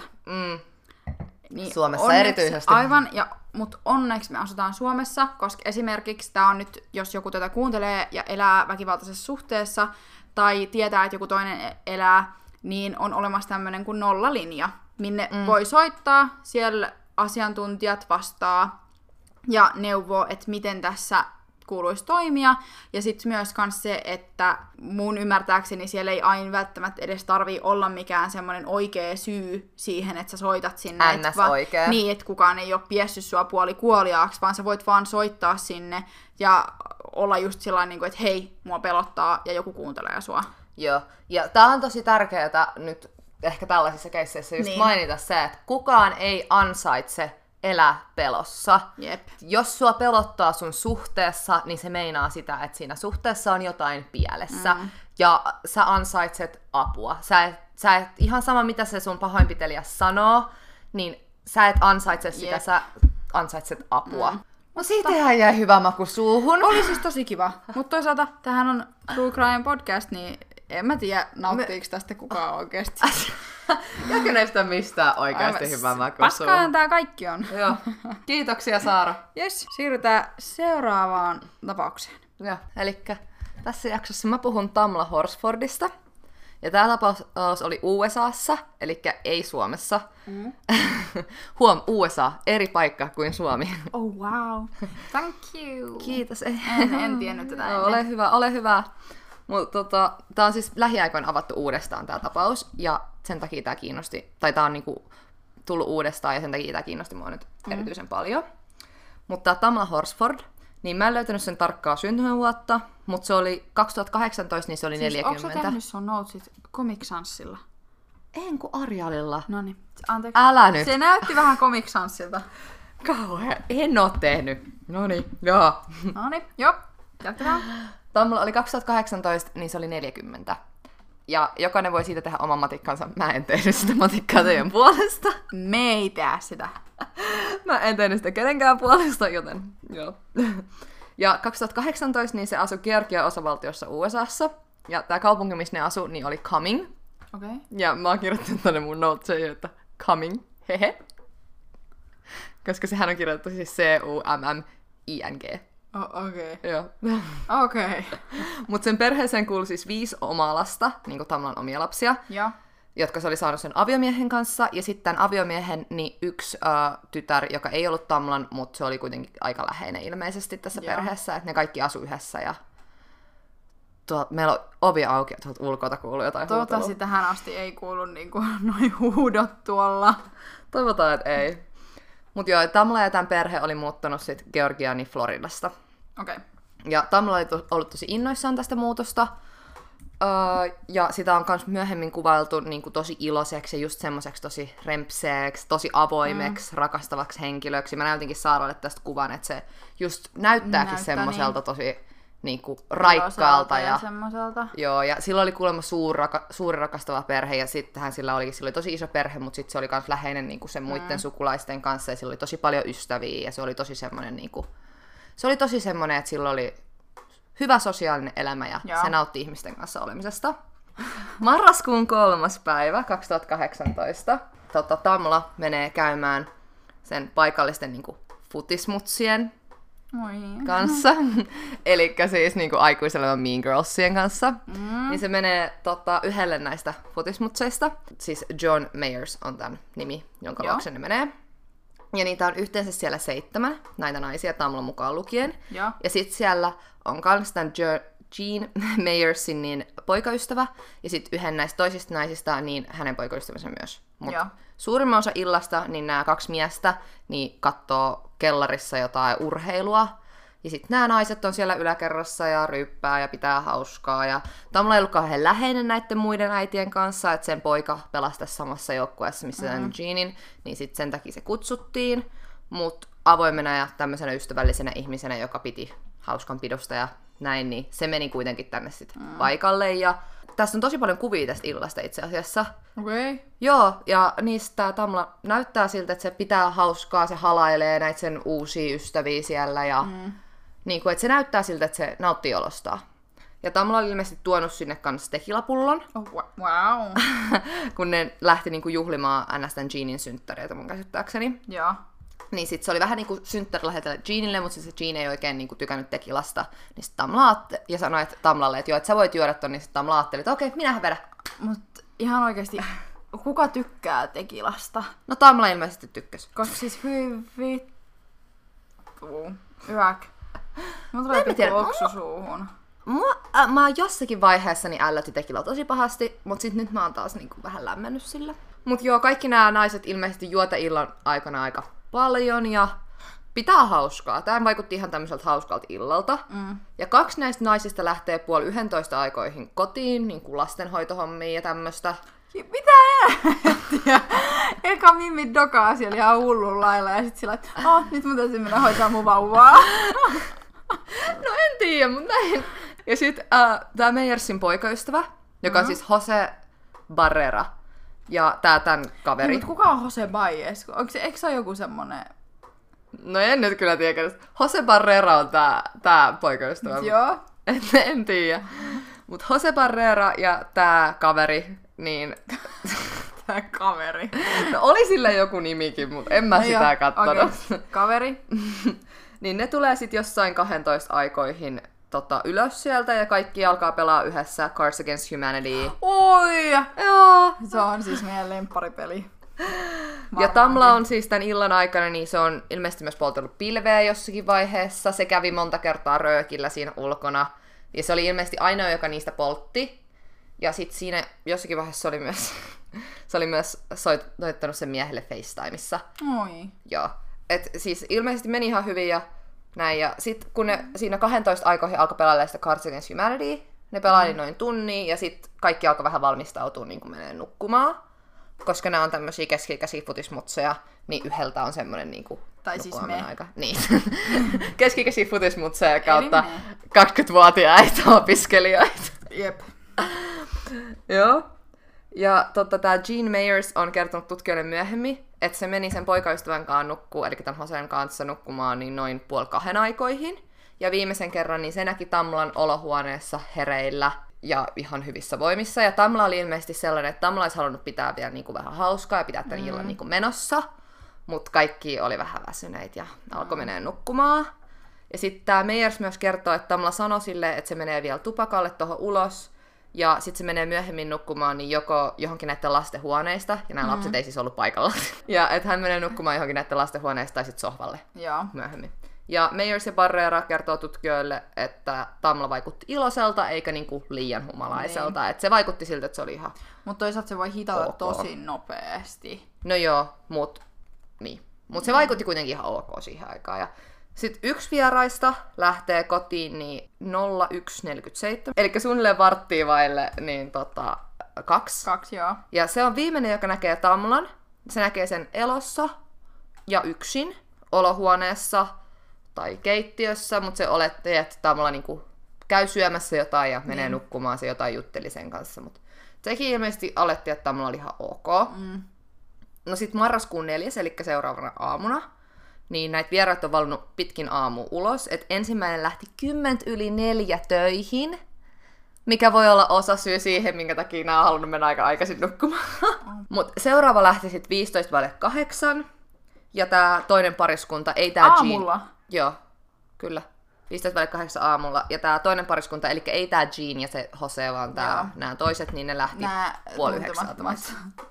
Niin Suomessa erityisesti. Aivan, mutta onneksi me asutaan Suomessa, koska esimerkiksi tämä on nyt, jos joku tätä kuuntelee ja elää väkivaltaisessa suhteessa, tai tietää, että joku toinen elää, niin on olemassa tämmöinen kuin nollalinja, minne voi soittaa, siellä asiantuntijat vastaa ja neuvoo, että miten tässä kuuluisi toimia. Ja sitten myös se, että mun ymmärtääkseni siellä ei aina välttämättä edes tarvii olla mikään semmoinen oikea syy siihen, että sä soitat sinne. NS-oikea. Niin, että kukaan ei ole piessyt sua puolikuoliaaksi, vaan sä voit vaan soittaa sinne ja olla just sellainen, että hei, mua pelottaa ja joku kuuntelee sua. Joo, ja tää on tosi tärkeää nyt ehkä tällaisissa keisseissä just mainita se, että kukaan ei ansaitse elää pelossa. Jep. Jos sua pelottaa sun suhteessa, niin se meinaa sitä, että siinä suhteessa on jotain pielessä. Ja sä ansaitset apua. Sä et ihan sama, mitä se sun pahoinpitelijä sanoo, niin sä et ansaitse sitä, sä ansaitset apua. No siitä jäi hyvä maku suuhun. Oli siis tosi kiva. Mutta toisaalta tämähän on True Crime podcast, niin en mä tiedä, nauttiiko tästä kukaan oikeesti. Jääkö näistä mistään oikeasti hyvä maku suuhun? Paskahan tää kaikki on. Joo. Kiitoksia Saara. Jes, siirrytään seuraavaan tapaukseen. Joo, elikkä tässä jaksossa mä puhun Tamla Horsfordista. Ja tää tapaus oli USAssa, eli ei Suomessa. Huom, USA, eri paikka kuin Suomi. Oh wow, thank you. Kiitos. En tiennyt tätä ennen. Ole hyvä. Mutta tää on siis lähiaikoin avattu uudestaan tää tapaus, ja sen takia tää kiinnosti, tai tää on niinku tullut uudestaan, ja sen takia tää kiinnosti mua nyt erityisen paljon. Mutta Tamla Horsford, niin mä en löytänyt sen tarkkaa syntymävuotta, mutta se oli 2018, niin se oli 40. Onko sä tehnyt sun notesit Comic Sansilla? En kun Arialilla. Noniin, anteeksi. Älä nyt. Se näytti vähän Comic Sansilta. Kauhean. En oo tehnyt. Noniin, joo. Noniin, joo. Jatketaan. Tamla oli 2018, niin se oli 40. Ja jokainen voi siitä tehdä oman matikkansa. Mä en tehnyt sitä matikkaa teidän puolesta. Me ei tehdä sitä. Mä en tehnyt sitä kenenkään puolesta, joten joo. Ja 2018 niin se asui Georgian osavaltiossa USAssa. Ja tää kaupunki, missä ne asui, niin oli Cumming. Okay. Ja mä oon kirjoittanut tonne mun notesiin, että Cumming, hehe. Koska sehän on kirjoitettu siis C-U-M-M-I-N-G. Okei. Okay. Joo. Okei. Okay. Mut sen perheeseen kuului siis 5 omaa lasta, niinku Tamlan omia lapsia. Joo. Jotka se oli saanut sen aviomiehen kanssa, ja sitten aviomiehen niin yksi tytär, joka ei ollut Tamlan, mutta se oli kuitenkin aika läheinen ilmeisesti tässä perheessä, että ne kaikki asu yhdessä, ja meillä on ovi auki, että tuolta ulkoilta kuuluu jotain huutelua. Toivottavasti tähän asti ei kuulu niinku noin huudot tuolla. Toivotaan, että ei. Mutta joo, Tamla ja tämän perhe oli muuttanut sitten Georgiaan Floridasta. Okei. Okay. Ja Tamla oli ollut tosi innoissaan tästä muutosta. Ja sitä on myös myöhemmin kuvailtu niin kuin tosi iloiseksi ja just semmoiseksi tosi rempseeksi, tosi avoimeksi, rakastavaksi henkilöksi. Mä näytinkin Saaralle tästä kuvan, että se just näyttääkin semmoiselta tosi niin kuin raikkaalta. Ja semmoiselta. Joo, ja sillä oli kuulemma suuri rakastava perhe, ja sittenhän sillä oli tosi iso perhe, mutta sitten se oli myös läheinen niin kuin sen muiden sukulaisten kanssa, ja sillä oli tosi paljon ystäviä, ja se oli tosi semmoinen, niin kuin, se oli tosi semmoinen, että sillä oli hyvä sosiaalinen elämä ja se nautti ihmisten kanssa olemisesta. Marraskuun 3. päivä 2018 Tamla menee käymään sen paikallisten niinku futismutsien kanssa. Elikkä siis niinku aikuisella Mean Girlsien kanssa. Niin se menee yhdelle näistä futismutseista. Siis John Mayers on tämän nimi, jonka luokse ne menee. Ja niitä on yhteensä siellä 7, näitä naisia Tamla mukaan lukien. Ja sit siellä on kans tämän Jean Mayersin niin poikaystävä, ja sitten yhden näistä toisista naisista, niin hänen poikaystävänsä myös. Mutta suurimman osa illasta, niin nämä 2 miestä niin katsoo kellarissa jotain urheilua, ja sitten nämä naiset on siellä yläkerrassa ja ryyppää ja pitää hauskaa. Ja Tamla ei ollut kauhean läheinen näiden muiden äitien kanssa, että sen poika pelasi tässä samassa joukkueessa, missä tämän Jeanin, niin sitten sen takia se kutsuttiin. Mutta avoimena ja tämmöisenä ystävällisenä ihmisenä, joka piti hauskanpidosta ja näin, niin se meni kuitenkin tänne sitten paikalle. Ja tässä on tosi paljon kuvia tästä illasta itse asiassa. Okei. Okay. Joo, ja niistä Tamla näyttää siltä, että se pitää hauskaa, se halailee näitä sen uusia ystäviä siellä ja niin kuin, että se näyttää siltä, että se nauttii olostaan. Ja Tamla oli ilmeisesti tuonut sinne kanssa tekilapullon. Oh, wow. Kun ne lähti niinku juhlimaan Anastan Jeanin synttäreitä mun käsittääkseni. Joo. Niin sit se oli vähän niinku synttärilahja Jeanille, mutta se Jean ei oikein niinku tykännyt tekilasta. Niin sit Tamla ja sanoi että Tamlalle, että joo, että sä voit juoda ton, niin sit Tamla ajatteli, että okei, minähän vedän. Mut ihan oikeesti, kuka tykkää tekilasta? No Tamla ilmeisesti tykkäs. Koska siis vittu. Yäk. Mulla tulee pikku oksu suuhun. Mä oon jossakin vaiheessa niin ällötti tekila tosi pahasti, mut sit nyt mä oon taas niinku vähän lämmennyt sillä. Mut joo, kaikki nämä naiset ilmeisesti juota illan aikana aika paljon ja pitää hauskaa. Tämä vaikutti ihan tämmöiseltä hauskalta illalta. Ja 2 näistä naisista lähtee 10:30 aikoihin kotiin, niin kuin lastenhoitohommia ja tämmöistä. Mitä helvettiä? Eka Mimmi dokaa siellä ihan hullun lailla ja sit sillä, että nyt mun täytyy mennä hoitaa mun vauvaa. No en tiedä, mutta näin. Ja sit tää Meyersin poikaystävä, joka on siis Jose Barrera. Ja tän kaveri. Mutta kuka on Jose Baez? Eikö se ole joku semmonen... No en nyt kyllä tiedä. Jose Barrera on tää poikaystävä. Joo. En tiedä. Mut Jose Barrera ja tää kaveri, niin... Tää kaveri. No oli sillä joku nimikin, mutta en mä sitä kattonut. Okay. Kaveri. Niin ne tulee sit jossain 12 aikoihin ylös sieltä ja kaikki alkaa pelaa yhdessä Cards Against Humanity. Oi! Joo! Se on siis meidän lempparipeli. Ja Tamla on siis tämän illan aikana, niin se on ilmeisesti myös poltellut pilveä jossakin vaiheessa. Se kävi monta kertaa röökillä siinä ulkona. Ja se oli ilmeisesti ainoa, joka niistä poltti. Ja sitten siinä jossakin vaiheessa se oli myös soittanut sen miehelle FaceTimeissa. Oi. Joo. Et siis ilmeisesti meni ihan hyvin ja näin. Ja sit kun ne siinä 12 aikoihin alkoi pelailemaan sitä Cards Against Humanity, ne pelaili noin tunnin ja sit kaikki alkoi vähän valmistautua niin kuin menee nukkumaan. Koska nämä on tämmöisiä keski-ikäisiä futismutseja, niin yhdeltä on semmoinen niinku tai siis me. Aika. Niin. Keski-ikäisiä futismutseja kautta 20-vuotiaita opiskelijoita. Jep. Joo. Ja tää Jean Meyers on kertonut tutkijoille myöhemmin, että se meni sen poikaystävän kanssa nukkuu, eli tämän Josen kanssa nukkumaan niin noin 1:30 aikoihin. Ja viimeisen kerran niin se näki Tamlan olohuoneessa hereillä ja ihan hyvissä voimissa. Ja Tamla oli ilmeisesti sellainen, että Tamla olisi halunnut pitää vielä niinku vähän hauskaa ja pitää tämän illan niinku menossa. Mutta kaikki oli vähän väsyneitä ja alkoi menee nukkumaan. Ja sitten tämä Meyers myös kertoo, että Tamla sanoi sille, että se menee vielä tupakalle tuohon ulos. Ja sitten se menee myöhemmin nukkumaan niin joko johonkin näiden lastenhuoneista, ja nämä lapset ei siis ollut paikalla. Ja että hän menee nukkumaan johonkin näiden lastenhuoneista tai sitten sohvalle myöhemmin. Ja Meyers ja Barrera kertoo tutkijoille, että Tamla vaikutti iloiselta eikä niinku liian humalaiselta. Niin. Että se vaikutti siltä, että se oli ihan mutta toisaalta se voi hitata tosi nopeasti. No joo, mutta se vaikutti kuitenkin ihan ok siihen aikaan. Ja sitten yksi vieraista lähtee kotiin niin 01:47, eli suunnilleen varttia vaille niin 2. 2, joo. Ja se on viimeinen, joka näkee Tamlan. Se näkee sen elossa ja yksin olohuoneessa tai keittiössä, mutta se oletti, että Tamla niinku käy syömässä jotain ja menee nukkumaan, se jotain jutteli sen kanssa. Mutta sekin ilmeisesti aletti, että Tamla oli ihan ok. No sitten marraskuun 4, eli seuraavana aamuna, niin näitä vieraita on valunut pitkin aamu ulos. Et ensimmäinen lähti 4:10 töihin, mikä voi olla osa syy siihen, minkä takia nämä on halunnut mennä aika aikaisin nukkumaan. Mutta seuraava lähti sitten 8:15. Ja tämä toinen pariskunta, ei tämä aamulla? Jean. Joo, kyllä. 8:15 aamulla. Ja tämä toinen pariskunta, eli ei tämä Jean ja se Jose, vaan nämä toiset, niin ne lähti 8:30.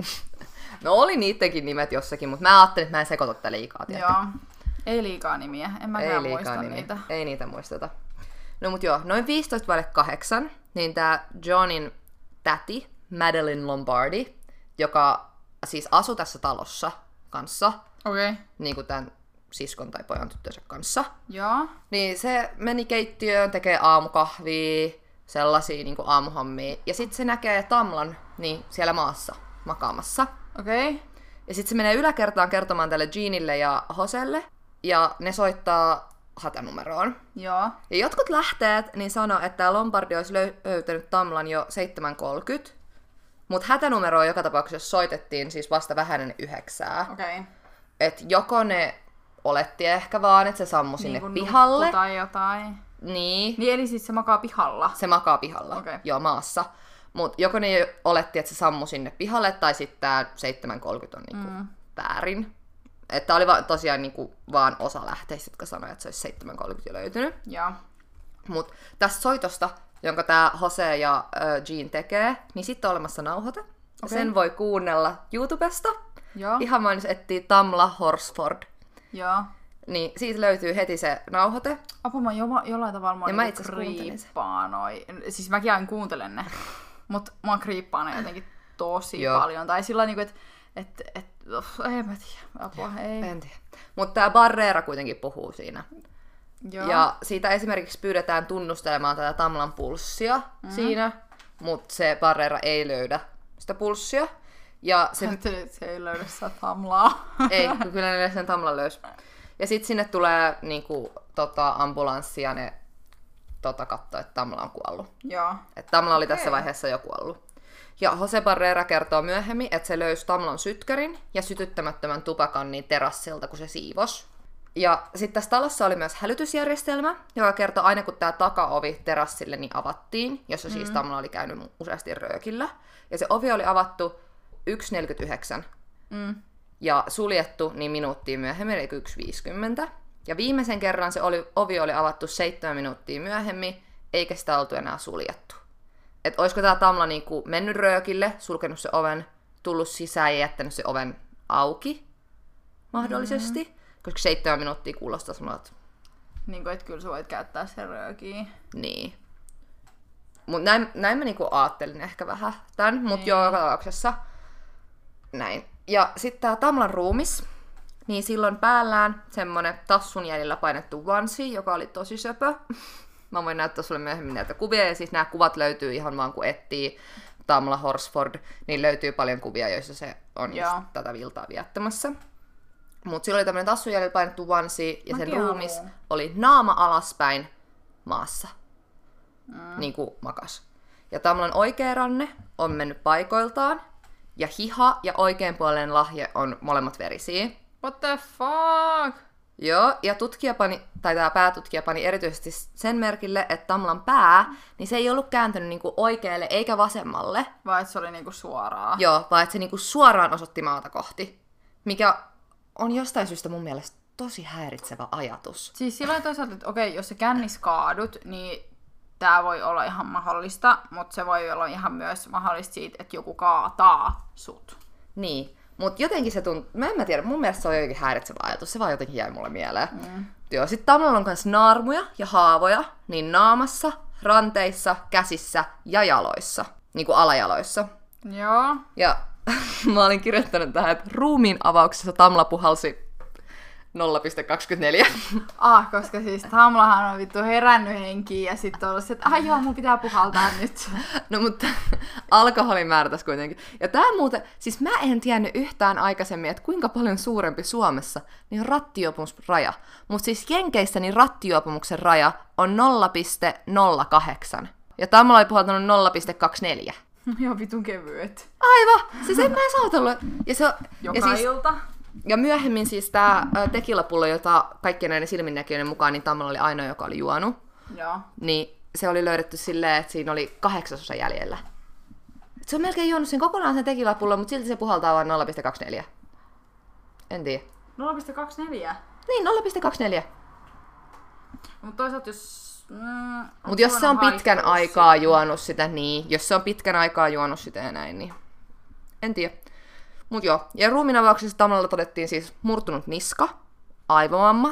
No oli niittenkin nimet jossakin, mutta mä ajattelin, että mä en sekoita tätä liikaa. Tiedätkö? Joo. Ei liikaa nimiä. En mäkään muista niitä. Ei niitä muisteta. No mut joo, noin 8:15, niin tää Johnin täti, Madeline Lombardi, joka siis asui tässä talossa kanssa, niin kuin tämän siskon tai pojan tyttönsä kanssa. Joo. Niin se meni keittiöön, tekee aamukahvia, sellaisia niin kuin aamuhommia. Ja sitten se näkee Tamlan niin siellä maassa makaamassa. Okei. Ja sitten se menee yläkertaan kertomaan tälle Jeanille ja Joselle. Ja ne soittaa hätänumeroon. Joo. Ja jotkut lähteet niin sanoo, että tämä Lombardi olisi löytänyt Tamlan jo 7:30. Mutta hätänumeroa joka tapauksessa soitettiin siis vasta vähän ennen 9. Okei. Et joko ne oletti ehkä vaan, että se sammui sinne niin pihalle. Tai jotain. Niin. Niin eli siis se makaa pihalla? Se makaa pihalla, joo, maassa. Mutta joko ne oletti, että se sammui sinne pihalle, tai sitten tämä 7:30 on niinku väärin. Että oli tosiaan niinku vaan osa lähteistä, jotka sanoi, että se olisi 7:30 jo löytynyt. Joo. Mutta tästä soitosta, jonka tämä Jose ja Jean tekee, niin sitten on olemassa nauhoite. Sen voi kuunnella YouTubesta. Joo. Ihan vaan jos etsii Tamla Horsford. Joo. Niin siitä löytyy heti se nauhoite. Apua, mä jollain tavalla mä kriippaan noi. Siis mäkin aina kuuntelen ne. Mut mua kriippaa ne jotenkin tosi paljon. Tai sillä niinku, että En mä tiedä. Apua, ei. En tiedä. Mutta tää Barrera kuitenkin puhuu siinä. Joo. Ja siitä esimerkiksi pyydetään tunnustelemaan tätä Tamlan pulssia siinä, mutta se Barrera ei löydä sitä pulssia. Ja se ei löydä sitä Tamlaa. Ei, kyllä ne sen Tamlan löysi. Ja sitten sinne tulee niinku, ambulanssi ja ne katsoo, että Tamla on kuollut. Joo. Että Tamla oli tässä vaiheessa jo kuollut. Ja Jose Barrera kertoo myöhemmin, että se löysi Tamlan sytkärin ja sytyttämättömän tupakan niin terassilta, kun se siivos. Ja sitten tässä talossa oli myös hälytysjärjestelmä, joka kertoo aina, kun tämä takaovi terassille niin avattiin, jossa siis Tamla oli käynyt useasti röökillä. Ja se ovi oli avattu 1.49 ja suljettu niin minuuttia myöhemmin, eli 1.50. Ja viimeisen kerran se ovi oli avattu 7 minuuttia myöhemmin, eikä sitä oltu enää suljettu. Että olisiko tämä Tamla niinku mennyt röökille, sulkenut se oven, tullut sisään ja jättänyt se oven auki mahdollisesti. Koska 7 minuuttia kuulostaa semmoilta. Niin kuin, että kyllä sä voit käyttää sen röökiä. Niin. Mut näin mä niinku aattelin ehkä vähän tän, mut joo, joka tapauksessa näin. Ja sitten tää Tamlan ruumis, niin silloin päällään semmonen tassun jäljellä painettu onesie, joka oli tosi söpö. Mä voin näyttää sulle myöhemmin näitä kuvia, ja siis nämä kuvat löytyy ihan vaan kun etsii Tamla Horsford, niin löytyy paljon kuvia, joissa se on just tätä viltaa viettämässä. Mutta sillä oli tämmönen tassun jäljellä painettu onesie, ja sen ruumis oli naama alaspäin maassa. Niin kuin makas. Ja Tamlan oikea ranne on mennyt paikoiltaan, ja hiha ja oikeanpuoleinen lahje on molemmat verisiä. What the fuck? Joo, ja tämä päätutkija pani erityisesti sen merkille, että Tamlan pää, niin se ei ollut kääntynyt niinku oikealle eikä vasemmalle. Vai että se oli niinku suoraan? Joo, vaan että se niinku suoraan osoitti maata kohti. Mikä on jostain syystä mun mielestä tosi häiritsevä ajatus. Siis silloin toisaalta, että okei, jos sä kännis kaadut, niin tää voi olla ihan mahdollista, mutta se voi olla ihan myös mahdollista siitä, että joku kaataa sut. Niin, mutta jotenkin se tuntuu, mä en tiedä, mun mielestä se on jotenkin häiritsevä ajatus, se vaan jotenkin jäi mulle mieleen. Joo, sit Tamlalla on myös naarmuja ja haavoja, niin naamassa, ranteissa, käsissä ja jaloissa, niinku alajaloissa. Joo. Ja mä olin kirjoittanut tähän, että ruumiin avauksessa Tamla puhalsi 0,24. Koska siis Tamlahan on vittu herännyt henkiin ja sitten ollut se, että joo, mun pitää puhaltaa nyt. No mutta alkoholin määrä tässä kuitenkin. Ja tää muuten, siis mä en tiennyt yhtään aikaisemmin, että kuinka paljon suurempi Suomessa niin on rattijuopumusraja. Mutta siis Jenkeissä niin rattijuopumuksen raja on 0,08. Ja Tamla oli puhaltanut 0,24. Joo, vitun kevyet. Aivan! Siis en mä edes ajatellut. Joka ilta. Ja myöhemmin siis tää tekilapullo, jota kaikkien näiden silminnäkijöiden mukaan, niin Tamla oli ainoa, joka oli juonut. Joo. Niin se oli löydetty silleen, että siinä oli 8% jäljellä. Et se on melkein juonut sen kokonaan sen tekilapullon, mutta silti se puhaltaa vain 0,24. En tiedä. 0,24? Niin, 0,24. Mutta toisaalta Mutta jos se on pitkän aikaa juonut sitä, niin jos se on pitkän aikaa juonut sitä ja näin, niin en tiedä. Mut joo, ja ruumiinavauksessa Tamlalla todettiin siis murtunut niska, aivovamma,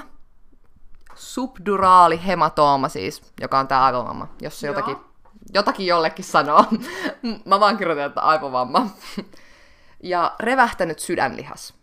subduraali hematooma siis, joka on tää aivovamma, jos se jotakin jollekin sanoo. Mä vaan kirjoitan, että aivovamma. Ja revähtänyt sydänlihas.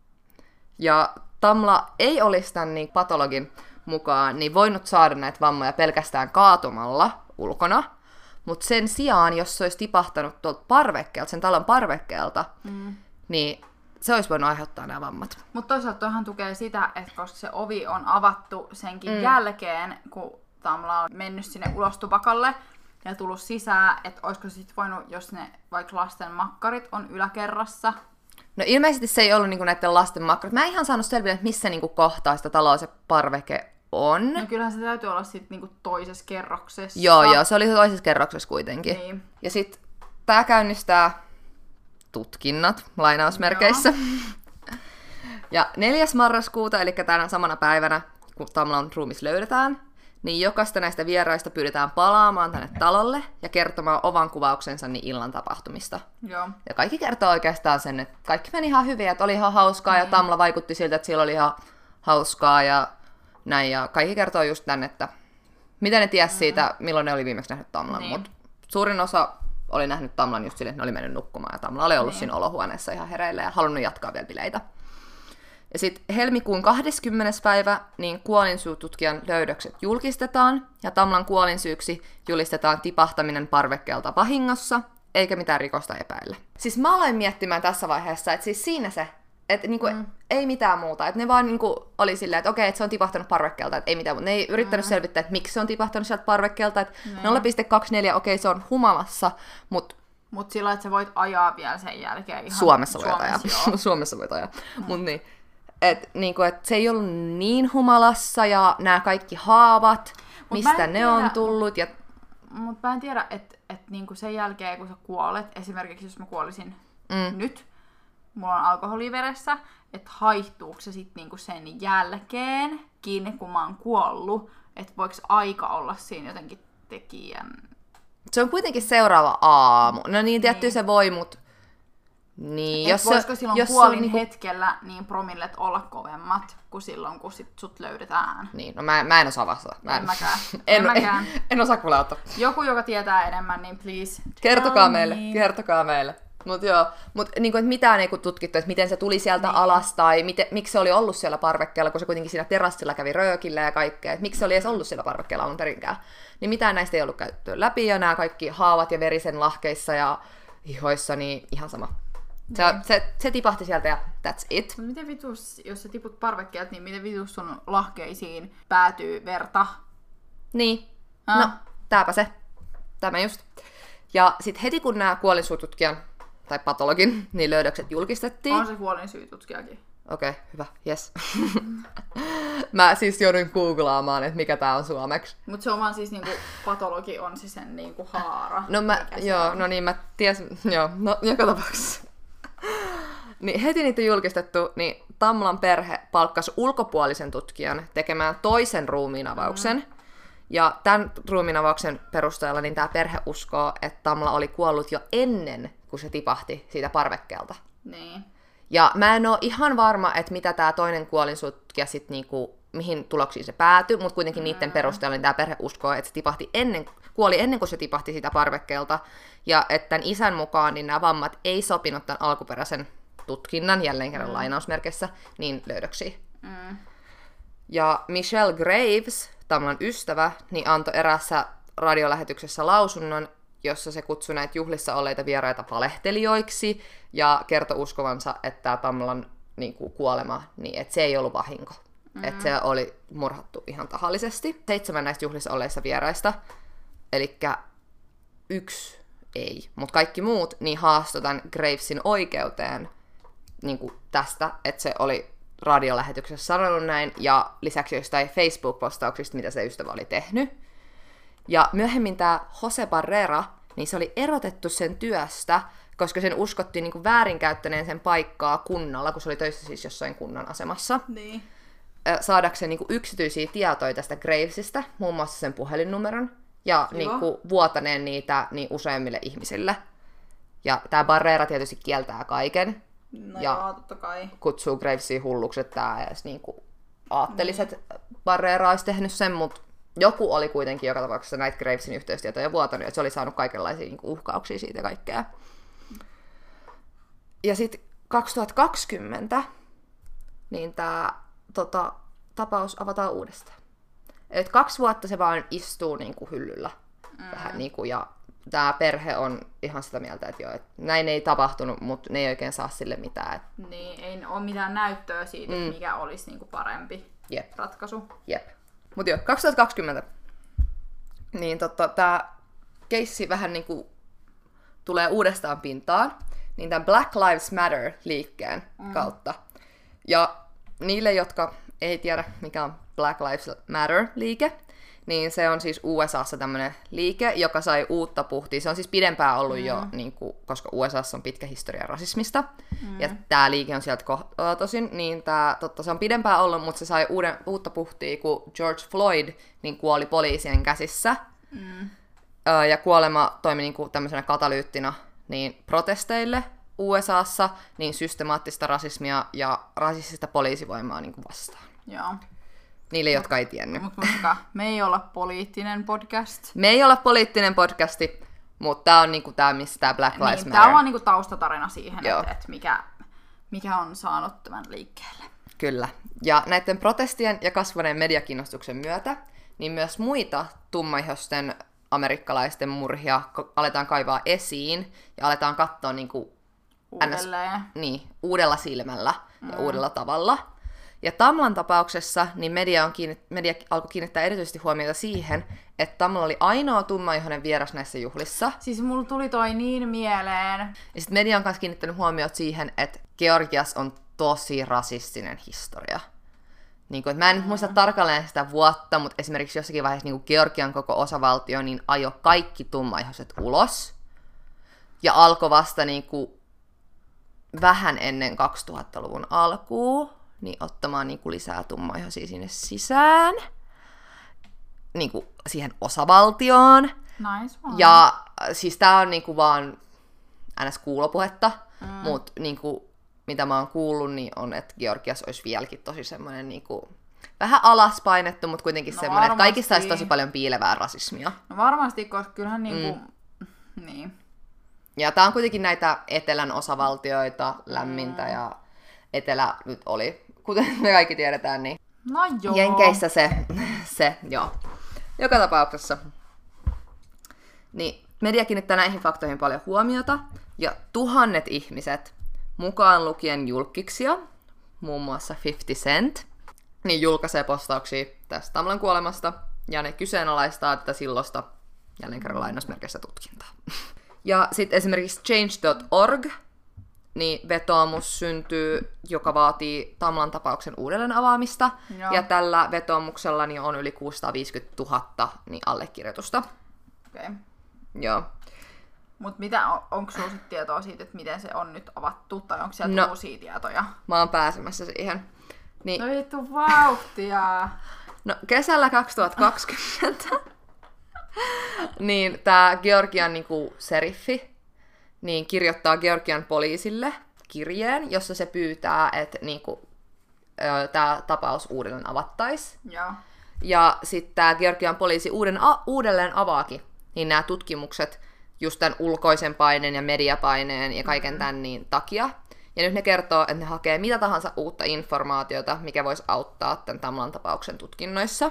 Ja Tamla ei olisi tämän niin patologin mukaan niin voinut saada näitä vammoja pelkästään kaatumalla ulkona, mutta sen sijaan, jos se olisi tipahtanut tuolta parvekkeelta, sen talon parvekkeelta, niin se olisi voinut aiheuttaa nämä vammat. Mutta toisaalta toihan tukee sitä, että koska se ovi on avattu senkin jälkeen, kun Tamla on mennyt sinne ulostupakalle ja tullut sisään, että olisiko sitten voinut, jos ne vaikka lasten makkarit on yläkerrassa. No ilmeisesti se ei ollut niinku näiden lasten makkarit. Mä en ihan saanut selville, että missä niinku kohtaa sitä taloa se parveke on. No kyllähän se täytyy olla sitten niinku toisessa kerroksessa. Joo, se oli toisessa kerroksessa kuitenkin. Niin. Ja sitten tää käynnistää tutkinnat, lainausmerkeissä. Ja 4. marraskuuta, eli tänä samana päivänä, kun Tamlan ruumis löydetään, niin jokaista näistä vieraista pyydetään palaamaan tänne talolle ja kertomaan oman kuvauksensa niin illan tapahtumista. Joo. Ja kaikki kertoo oikeastaan sen, että kaikki meni ihan hyvin, että oli ihan hauskaa ja Tamla vaikutti siltä, että siellä oli ihan hauskaa ja näin. Ja kaikki kertoo just tän, että mitä ne tiesi siitä, milloin ne oli viimeksi nähnyt Tamlan. Niin. Mutta suurin osa oli nähnyt Tamlan just silleen, että ne oli mennyt nukkumaan ja Tamla oli ollut siinä olohuoneessa ihan hereillä ja halunnut jatkaa vielä bileitä. Ja sitten helmikuun 20. päivä niin kuolinsyytutkijan löydökset julkistetaan ja Tamlan kuolinsyyksi julistetaan tipahtaminen parvekkeelta vahingossa, eikä mitään rikosta epäillä. Siis mä aloin miettimään tässä vaiheessa, että siis siinä se, että niinku, ei mitään muuta. Että ne vaan niinku oli silleen, että okei, että se on tipahtanut parvekkeelta, että ei mitään muuta. Ne ei yrittänyt selvittää, että miksi se on tipahtanut sieltä parvekkeelta, että 0,24, okei, se on humalassa, mutta sillä, että sä voit ajaa vielä sen jälkeen ihan Suomessa voit ajaa. Suomessa voit ajaa. Mut niin. Että niinku, et se ei ollut niin humalassa ja nämä kaikki haavat, mistä ne on tullut. Ja... Mutta mä en tiedä, että niinku sen jälkeen kun sä kuolet, esimerkiksi jos mä kuolisin nyt, mulla on alkoholi veressä, että haihtuuko se sitten niinku sen jälkeenkin, kun mä oon kuollut, että voiko aika olla siinä jotenkin tekijän... Se on kuitenkin seuraava aamu. No niin, tietty se voi, mut... Niin, jos voisiko silloin kuolin niinku... hetkellä niin promillet olla kovemmat kuin silloin, kun sut löydetään? Niin, no mä en osaa vastata. En mäkään. En osaa kyllä ottaa. Joku, joka tietää enemmän, niin please Kertokaa meille. Mut niinku, et mitään ei tutkittu, että miten se tuli sieltä alas tai miksi se oli ollut siellä parvekkeella, kun se kuitenkin siinä terassilla kävi röökillä ja kaikkea. Että miksi se oli edes ollut siellä parvekkeella alun perinkään. Niin mitään näistä ei ollut käyttöä läpi ja nämä kaikki haavat ja verisen lahkeissa ja ihoissa, niin ihan sama. Se tipahti sieltä ja that's it. Mutta miten vitus, jos sä tiput parvekkeelta, niin miten vitus sun lahkeisiin päätyy verta? Niin. No, Tämä just. Ja sit heti kun nämä kuolinsyytutkijan tai patologin niin löydökset julkistettiin. On se kuolinsyytutkijakin. Okei, hyvä, yes. Mä siis joudun googlaamaan, että mikä tää on suomeksi. Mut se on vaan siis niinku, patologi on siis sen niinku haara. No mä tiesin, no joka tapauksessa. Niin heti niitä julkistettu, niin Tamlan perhe palkkasi ulkopuolisen tutkijan tekemään toisen ruumiinavauksen. Ja tämän ruumiinavauksen perusteella niin tämä perhe uskoo, että Tamla oli kuollut jo ennen, kuin se tipahti siitä parvekkeelta. Niin. Ja mä en ole ihan varma, että mitä tämä toinen kuolintutkija sitten niinku, mihin tuloksiin se päätyi, mutta kuitenkin niiden perusteella niin tämä perhe uskoo, että se kuoli ennen kuin se tipahti siitä parvekkeelta. Ja että tämän isän mukaan niin nämä vammat ei sopinut tämän alkuperäisen tutkinnan, jälleen kerran lainausmerkissä, niin löydöksiin. Ja Michelle Graves, Tamlan ystävä, niin antoi eräässä radiolähetyksessä lausunnon, jossa se kutsui näitä juhlissa olleita vieraita valehtelijoiksi ja kertoi uskovansa, että tämä Tamlan kuolema, niin että se ei ollut vahinko. Että se oli murhattu ihan tahallisesti. 7 näistä juhlissa olleista vieraista, eli 1 ei, mutta kaikki muut niin haastoi tämän Gravesin oikeuteen tästä, että se oli radiolähetyksessä sanonut näin, ja lisäksi jostain Facebook-postauksista, mitä se ystävä oli tehnyt. Ja myöhemmin tämä Jose Barrera, niin se oli erotettu sen työstä, koska sen uskottiin niin kuin väärinkäyttäneen sen paikkaa kunnalla, kun se oli töissä siis jossain kunnan asemassa. Niin. Saadakseen niin kuin yksityisiä tietoja tästä Gravesista, muun muassa sen puhelinnumeron, ja niin kuin vuotaneen niitä niin useimmille ihmisille. Ja tämä Barrera tietysti kieltää kaiken. No ja totta kai. Kutsuu Gravesia hulluksi, että tämä edes niin kuin ajattelisi, että Barrera olisi tehnyt sen, mutta joku oli kuitenkin joka tapauksessa näitä Gravesin yhteystietoja vuotanut, että se oli saanut kaikenlaisia niin kuin uhkauksia siitä ja kaikkea. Ja sitten 2020 niin tämä tapaus avataan uudestaan. Et 2 vuotta se vaan istuu niin kuin hyllyllä. Vähän niin kuin, ja tämä perhe on ihan sitä mieltä, että joo, että näin ei tapahtunut, mutta ne ei oikein saa sille mitään. Niin, ei ole mitään näyttöä siitä, mikä olisi niin kuin parempi ratkaisu. Jep. Mutta joo, 2020 niin tämä keissi vähän niin kuin tulee uudestaan pintaan, niin tämän Black Lives Matter-liikkeen kautta. Ja niille, jotka ei tiedä, mikä on Black Lives Matter-liike, niin se on siis USAssa tämmöinen liike, joka sai uutta puhtia. Se on siis pidempään ollut jo, niin kuin, koska USAssa on pitkä historia rasismista. Ja tämä liike on sieltä tosin, niin se on pidempään ollut, mutta se sai uutta puhtia, kun George Floyd niin kuoli poliisien käsissä. Ja kuolema toimi niin kuin tämmöisenä katalyyttina niin protesteille USAssa, niin systemaattista rasismia ja rasistista poliisivoimaa niin kuin vastaan. Joo. Niille, jotka ei tiennyt. Mutta me ei olla poliittinen podcast. Me ei olla poliittinen podcasti, Mutta tää on niinku tää, missä tää Black Lives niin, Matter. Tää on niinku taustatarina siihen, että mikä on saanut tämän liikkeelle. Kyllä. Ja näiden protestien ja kasvaneen mediakiinnostuksen myötä, niin myös muita tummaihoisten amerikkalaisten murhia aletaan kaivaa esiin ja aletaan katsoa niinku uudella silmällä ja uudella tavalla. Ja Tamlan tapauksessa niin media alkoi kiinnittää erityisesti huomiota siihen, että Tamla oli ainoa tummaihoinen vieras näissä juhlissa. Siis mulla tuli toi niin mieleen. Ja sitten media on myös kiinnittänyt huomiota siihen, että Georgias on tosi rasistinen historia. Niin kun, mä en nyt muista tarkalleen sitä vuotta, mutta esimerkiksi jossakin vaiheessa niin Georgian koko osavaltio niin ajoi kaikki tummaihoiset ulos. Ja alkoi vasta niin kuin vähän ennen 2000-luvun alkuun niin ottamaan niin kuin lisää tummaihoisia sinne sisään. Niin kuin siihen osavaltioon. Nice one. Ja siis tää on niin kuin vaan ns. Kuulopuhetta, mutta niin kuin mitä mä oon kuullut, niin on, että Georgias olisi vieläkin tosi semmoinen niinku, vähän alaspainettu, mutta kuitenkin semmoinen, että kaikissa olisi tosi paljon piilevää rasismia. No varmasti, koska kyllähän niinku, niin. Ja tää on kuitenkin näitä etelän osavaltioita, lämmintä ja etelä nyt oli, kuten me kaikki tiedetään, niin no joo. Jenkeissä se joo. Joka tapauksessa. Niin media kiinnittää näihin faktoihin paljon huomiota, ja tuhannet ihmiset, mukaan lukien julkkiksia, muun muassa 50 Cent, niin julkaisee postauksia tästä Tamlan kuolemasta, ja ne kyseenalaistaa tätä silloista, jälleen kerran lainausmerkeissä, tutkintaa. Ja sitten esimerkiksi Change.org, niin vetoomus syntyy, joka vaatii Tamlan tapauksen uudelleen avaamista, ja tällä vetoomuksella niin on yli 650 000 niin allekirjoitusta. Okay. Joo. Mutta onko sinulla sitten tietoa siitä, että miten se on nyt avattu, tai onko siellä uusia tietoja? Mä oon pääsemässä siihen. Niin, no vittu vauhtia! No kesällä 2020 niin tää Georgian niinku seriffi niin kirjoittaa Georgian poliisille kirjeen, jossa se pyytää, että niinku, tää tapaus uudelleen avattaisi. Ja sitten tää Georgian poliisi uudelleen avaakin niin nämä tutkimukset just tämän ulkoisen paineen ja mediapaineen ja kaiken tämän niin takia. Ja nyt ne kertoo, että ne hakee mitä tahansa uutta informaatiota, mikä voisi auttaa tämän Tamlan tapauksen tutkinnoissa.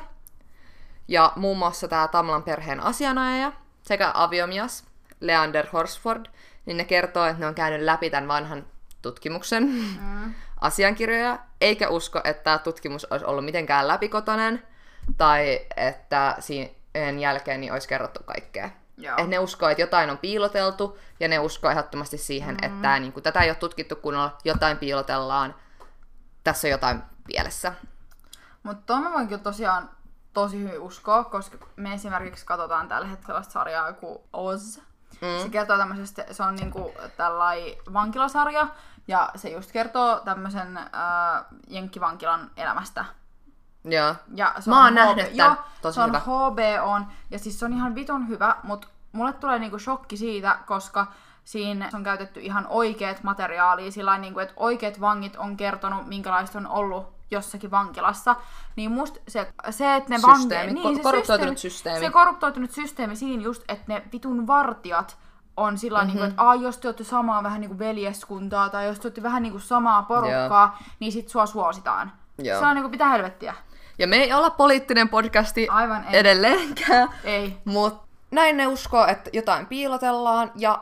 Ja muun muassa tämä Tamlan perheen asianajaja sekä aviomies Leander Horsford, niin ne kertoo, että ne on käynyt läpi tämän vanhan tutkimuksen asiankirjoja, eikä usko, että tämä tutkimus olisi ollut mitenkään läpikotainen, tai että siinä jälkeen niin olisi kerrottu kaikkea. Että ne uskoo, että jotain on piiloteltu, ja ne uskoo ehdottomasti siihen, että niin kuin, tätä ei ole tutkittu kunnolla, jotain piilotellaan, tässä on jotain pielessä. Mutta tuon mä voin kyllä tosiaan tosi hyvin uskoa, koska me esimerkiksi katsotaan tällä hetkellä sellaista sarjaa joku Oz. Se kertoo tämmöisestä, se on niinku tällainen vankilasarja, ja se just kertoo tämmöisen jenkkivankilan elämästä. Joo. Ja se mä oon nähnyt tämän, tosi hyvä. Se on HBO, ja siis se on ihan vitun hyvä, mutta mulle tulee niinku shokki siitä, koska siinä on käytetty ihan oikeat materiaalia, sillä niinku, että oikeat vangit on kertonut, minkälaista on ollut jossakin vankilassa, niin musta se että ne korruptoitunut systeemi. Se korruptoitunut systeemi siinä just, että ne vitun vartijat on sillä niinku, että jos te olette samaa vähän niinku veljeskuntaa, tai jos te olette vähän niinku samaa porukkaa, niin sit sua suositaan. Joo. Se on niinku mitä helvettiä. Ja me ei olla poliittinen podcasti aivan edelleenkään. Ei. Mutta näin ne uskoo, että jotain piilotellaan. Ja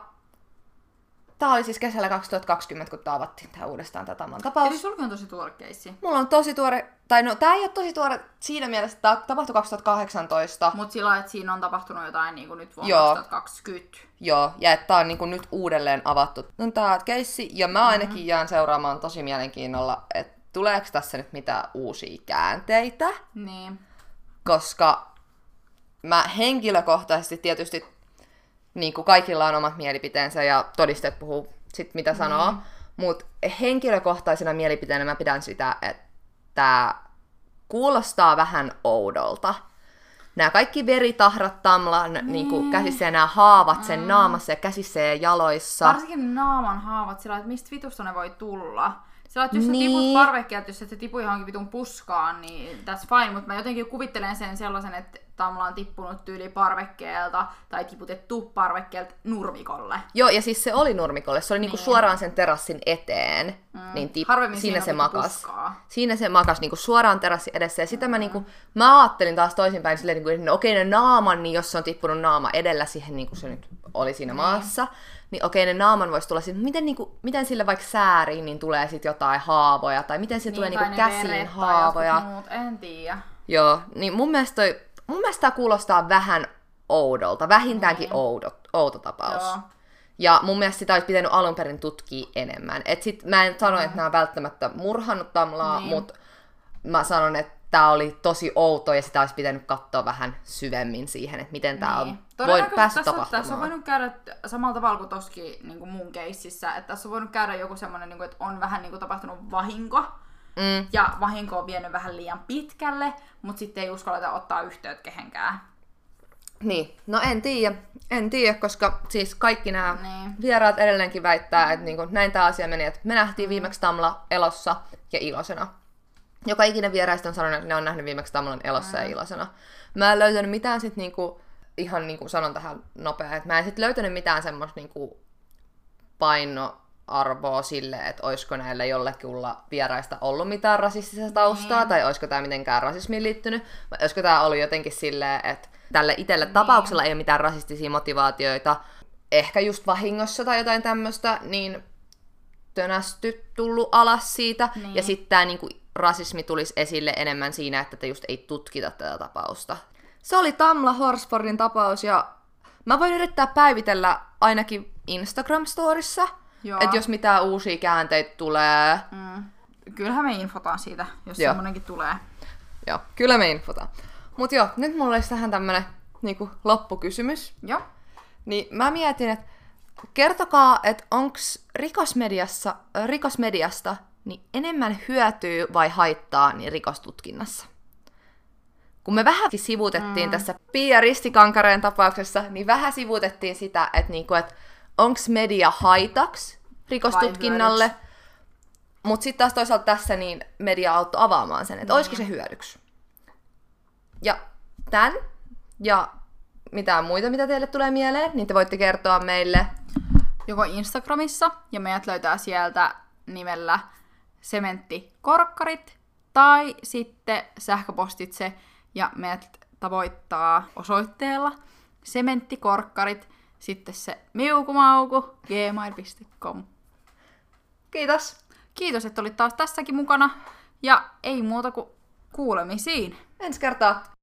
tää oli siis kesällä 2020, kun avattiin tää uudestaan tätä Tamlan tapaus. Eli sulki on tosi tuore keissi. Mulla on tosi tuore, tai no tää ei ole tosi tuore siinä mielessä, että tää tapahtui 2018. Mut sillä että siinä on tapahtunut jotain niinku nyt vuonna 2020. Joo, ja että tää on niinku nyt uudelleen avattu. On tää keissi, ja mä ainakin jään seuraamaan tosi mielenkiinnolla, että tuleeko tässä nyt mitään uusia käänteitä? Niin. Koska mä henkilökohtaisesti tietysti niin kuin kaikilla on omat mielipiteensä ja todisteet puhuu sit mitä sanoo, mutta henkilökohtaisena mielipiteenä mä pidän sitä, että tää kuulostaa vähän oudolta. Nämä kaikki veritahrat Tamlan niin kuin käsissä ja nämä haavat sen naamassa ja käsissä ja jaloissa. Varsinkin naaman haavat sillä, että mistä vitusta ne voi tulla. Sillä, että jos sä tiput parvekkeelta, jos et sä tipu johonkin vitun puskaan, niin that's fine, mutta mä jotenkin kuvittelen sen sellaisen, että Tamla on tippunut tyyli parvekkeelta tai tiputettu parvekkeelta nurmikolle. Joo, ja siis se oli nurmikolle. Se oli niinku suoraan sen terassin eteen. Niin siinä se makas. Siinä se makas niinku suoraan terassin edessä. Ja sitä mä ajattelin taas toisinpäin silleen, että okei, ne naaman, niin jos se on tippunut naama edellä siihen, niin kuin se nyt oli siinä maassa, niin okei, ne naaman voisi tulla sitten, miten sille vaikka sääriin, niin tulee sitten jotain haavoja, tai miten se tulee niinku käsiin haavoja. Muut, en tiedä. Joo, niin mun mielestä tää kuulostaa vähän oudolta, vähintäänkin outo tapaus. Joo. Ja mun mielestä sitä olisi pitänyt alun perin tutkia enemmän. Et sit mä en sano, että nämä on välttämättä murhannut Tamlaa, mutta mä sanon, että tää oli tosi outo ja sitä olisi pitänyt katsoa vähän syvemmin siihen, että miten tää on päässyt tapahtumaan. Tässä on voinut käydä samalla tavalla kuin tossakin niin mun keississä, että tässä on voinut käydä joku semmoinen, niin että on vähän niin tapahtunut vahinko. Ja vahinko on vienyt vähän liian pitkälle, mutta sitten ei uskalleta ottaa yhteyttä kehenkään. Niin, no en tiedä, koska siis kaikki nämä vieraat edelleenkin väittää, että niin näin tämä asia meni, että me nähtiin viimeksi Tamla elossa ja iloisena. Joka ikinen vieraista on sanonut, että ne on nähnyt viimeksi Tamlan elossa ja iloisena. Mä en löytänyt mitään sit ihan sanon tähän nopeasti, että mä en sit löytänyt mitään semmoista painoarvoa sille, että olisiko näillä jollekulla vieraista ollut mitään rasistista taustaa, tai olisiko tämä mitenkään rasismiin liittynyt, vai olisiko tämä ollut jotenkin silleen, että tällä itsellä tapauksella ei ole mitään rasistisia motivaatioita, ehkä just vahingossa tai jotain tämmöistä, niin tönästy tullut alas siitä, ja sitten tämä rasismi tulisi esille enemmän siinä, että te just ei tutkita tätä tapausta. Se oli Tamla Horsfordin tapaus, ja mä voin yrittää päivitellä ainakin Instagram-storissa, että jos mitään uusia käänteitä tulee. Kyllähän me infotaan siitä, jos semmonenkin tulee. Joo, kyllä me infotaan. Mut joo, nyt mulla olisi tähän tämmönen loppukysymys. Joo. Niin mä mietin, että kertokaa, että onks rikosmediasta niin enemmän hyötyä vai haittaa niin rikostutkinnassa? Kun me vähän sivuutettiin tässä Pia Ristikankareen tapauksessa, niin vähän sivuutettiin sitä, että onks media haitaksi rikostutkinnalle, mutta sitten taas toisaalta tässä niin media auttoi avaamaan sen, että olisiko se hyödyksi. Ja tän ja mitään muita, mitä teille tulee mieleen, niin te voitte kertoa meille joko Instagramissa, ja meidät löytää sieltä nimellä sementtikorkkarit, tai sitten sähköpostitse, ja meidät tavoittaa osoitteella sementtikorkkarit, sitten se miukumauku, gmail.com. Kiitos! Kiitos, että olit taas tässäkin mukana, ja ei muuta kuin kuulemisiin. Ensi kertaa!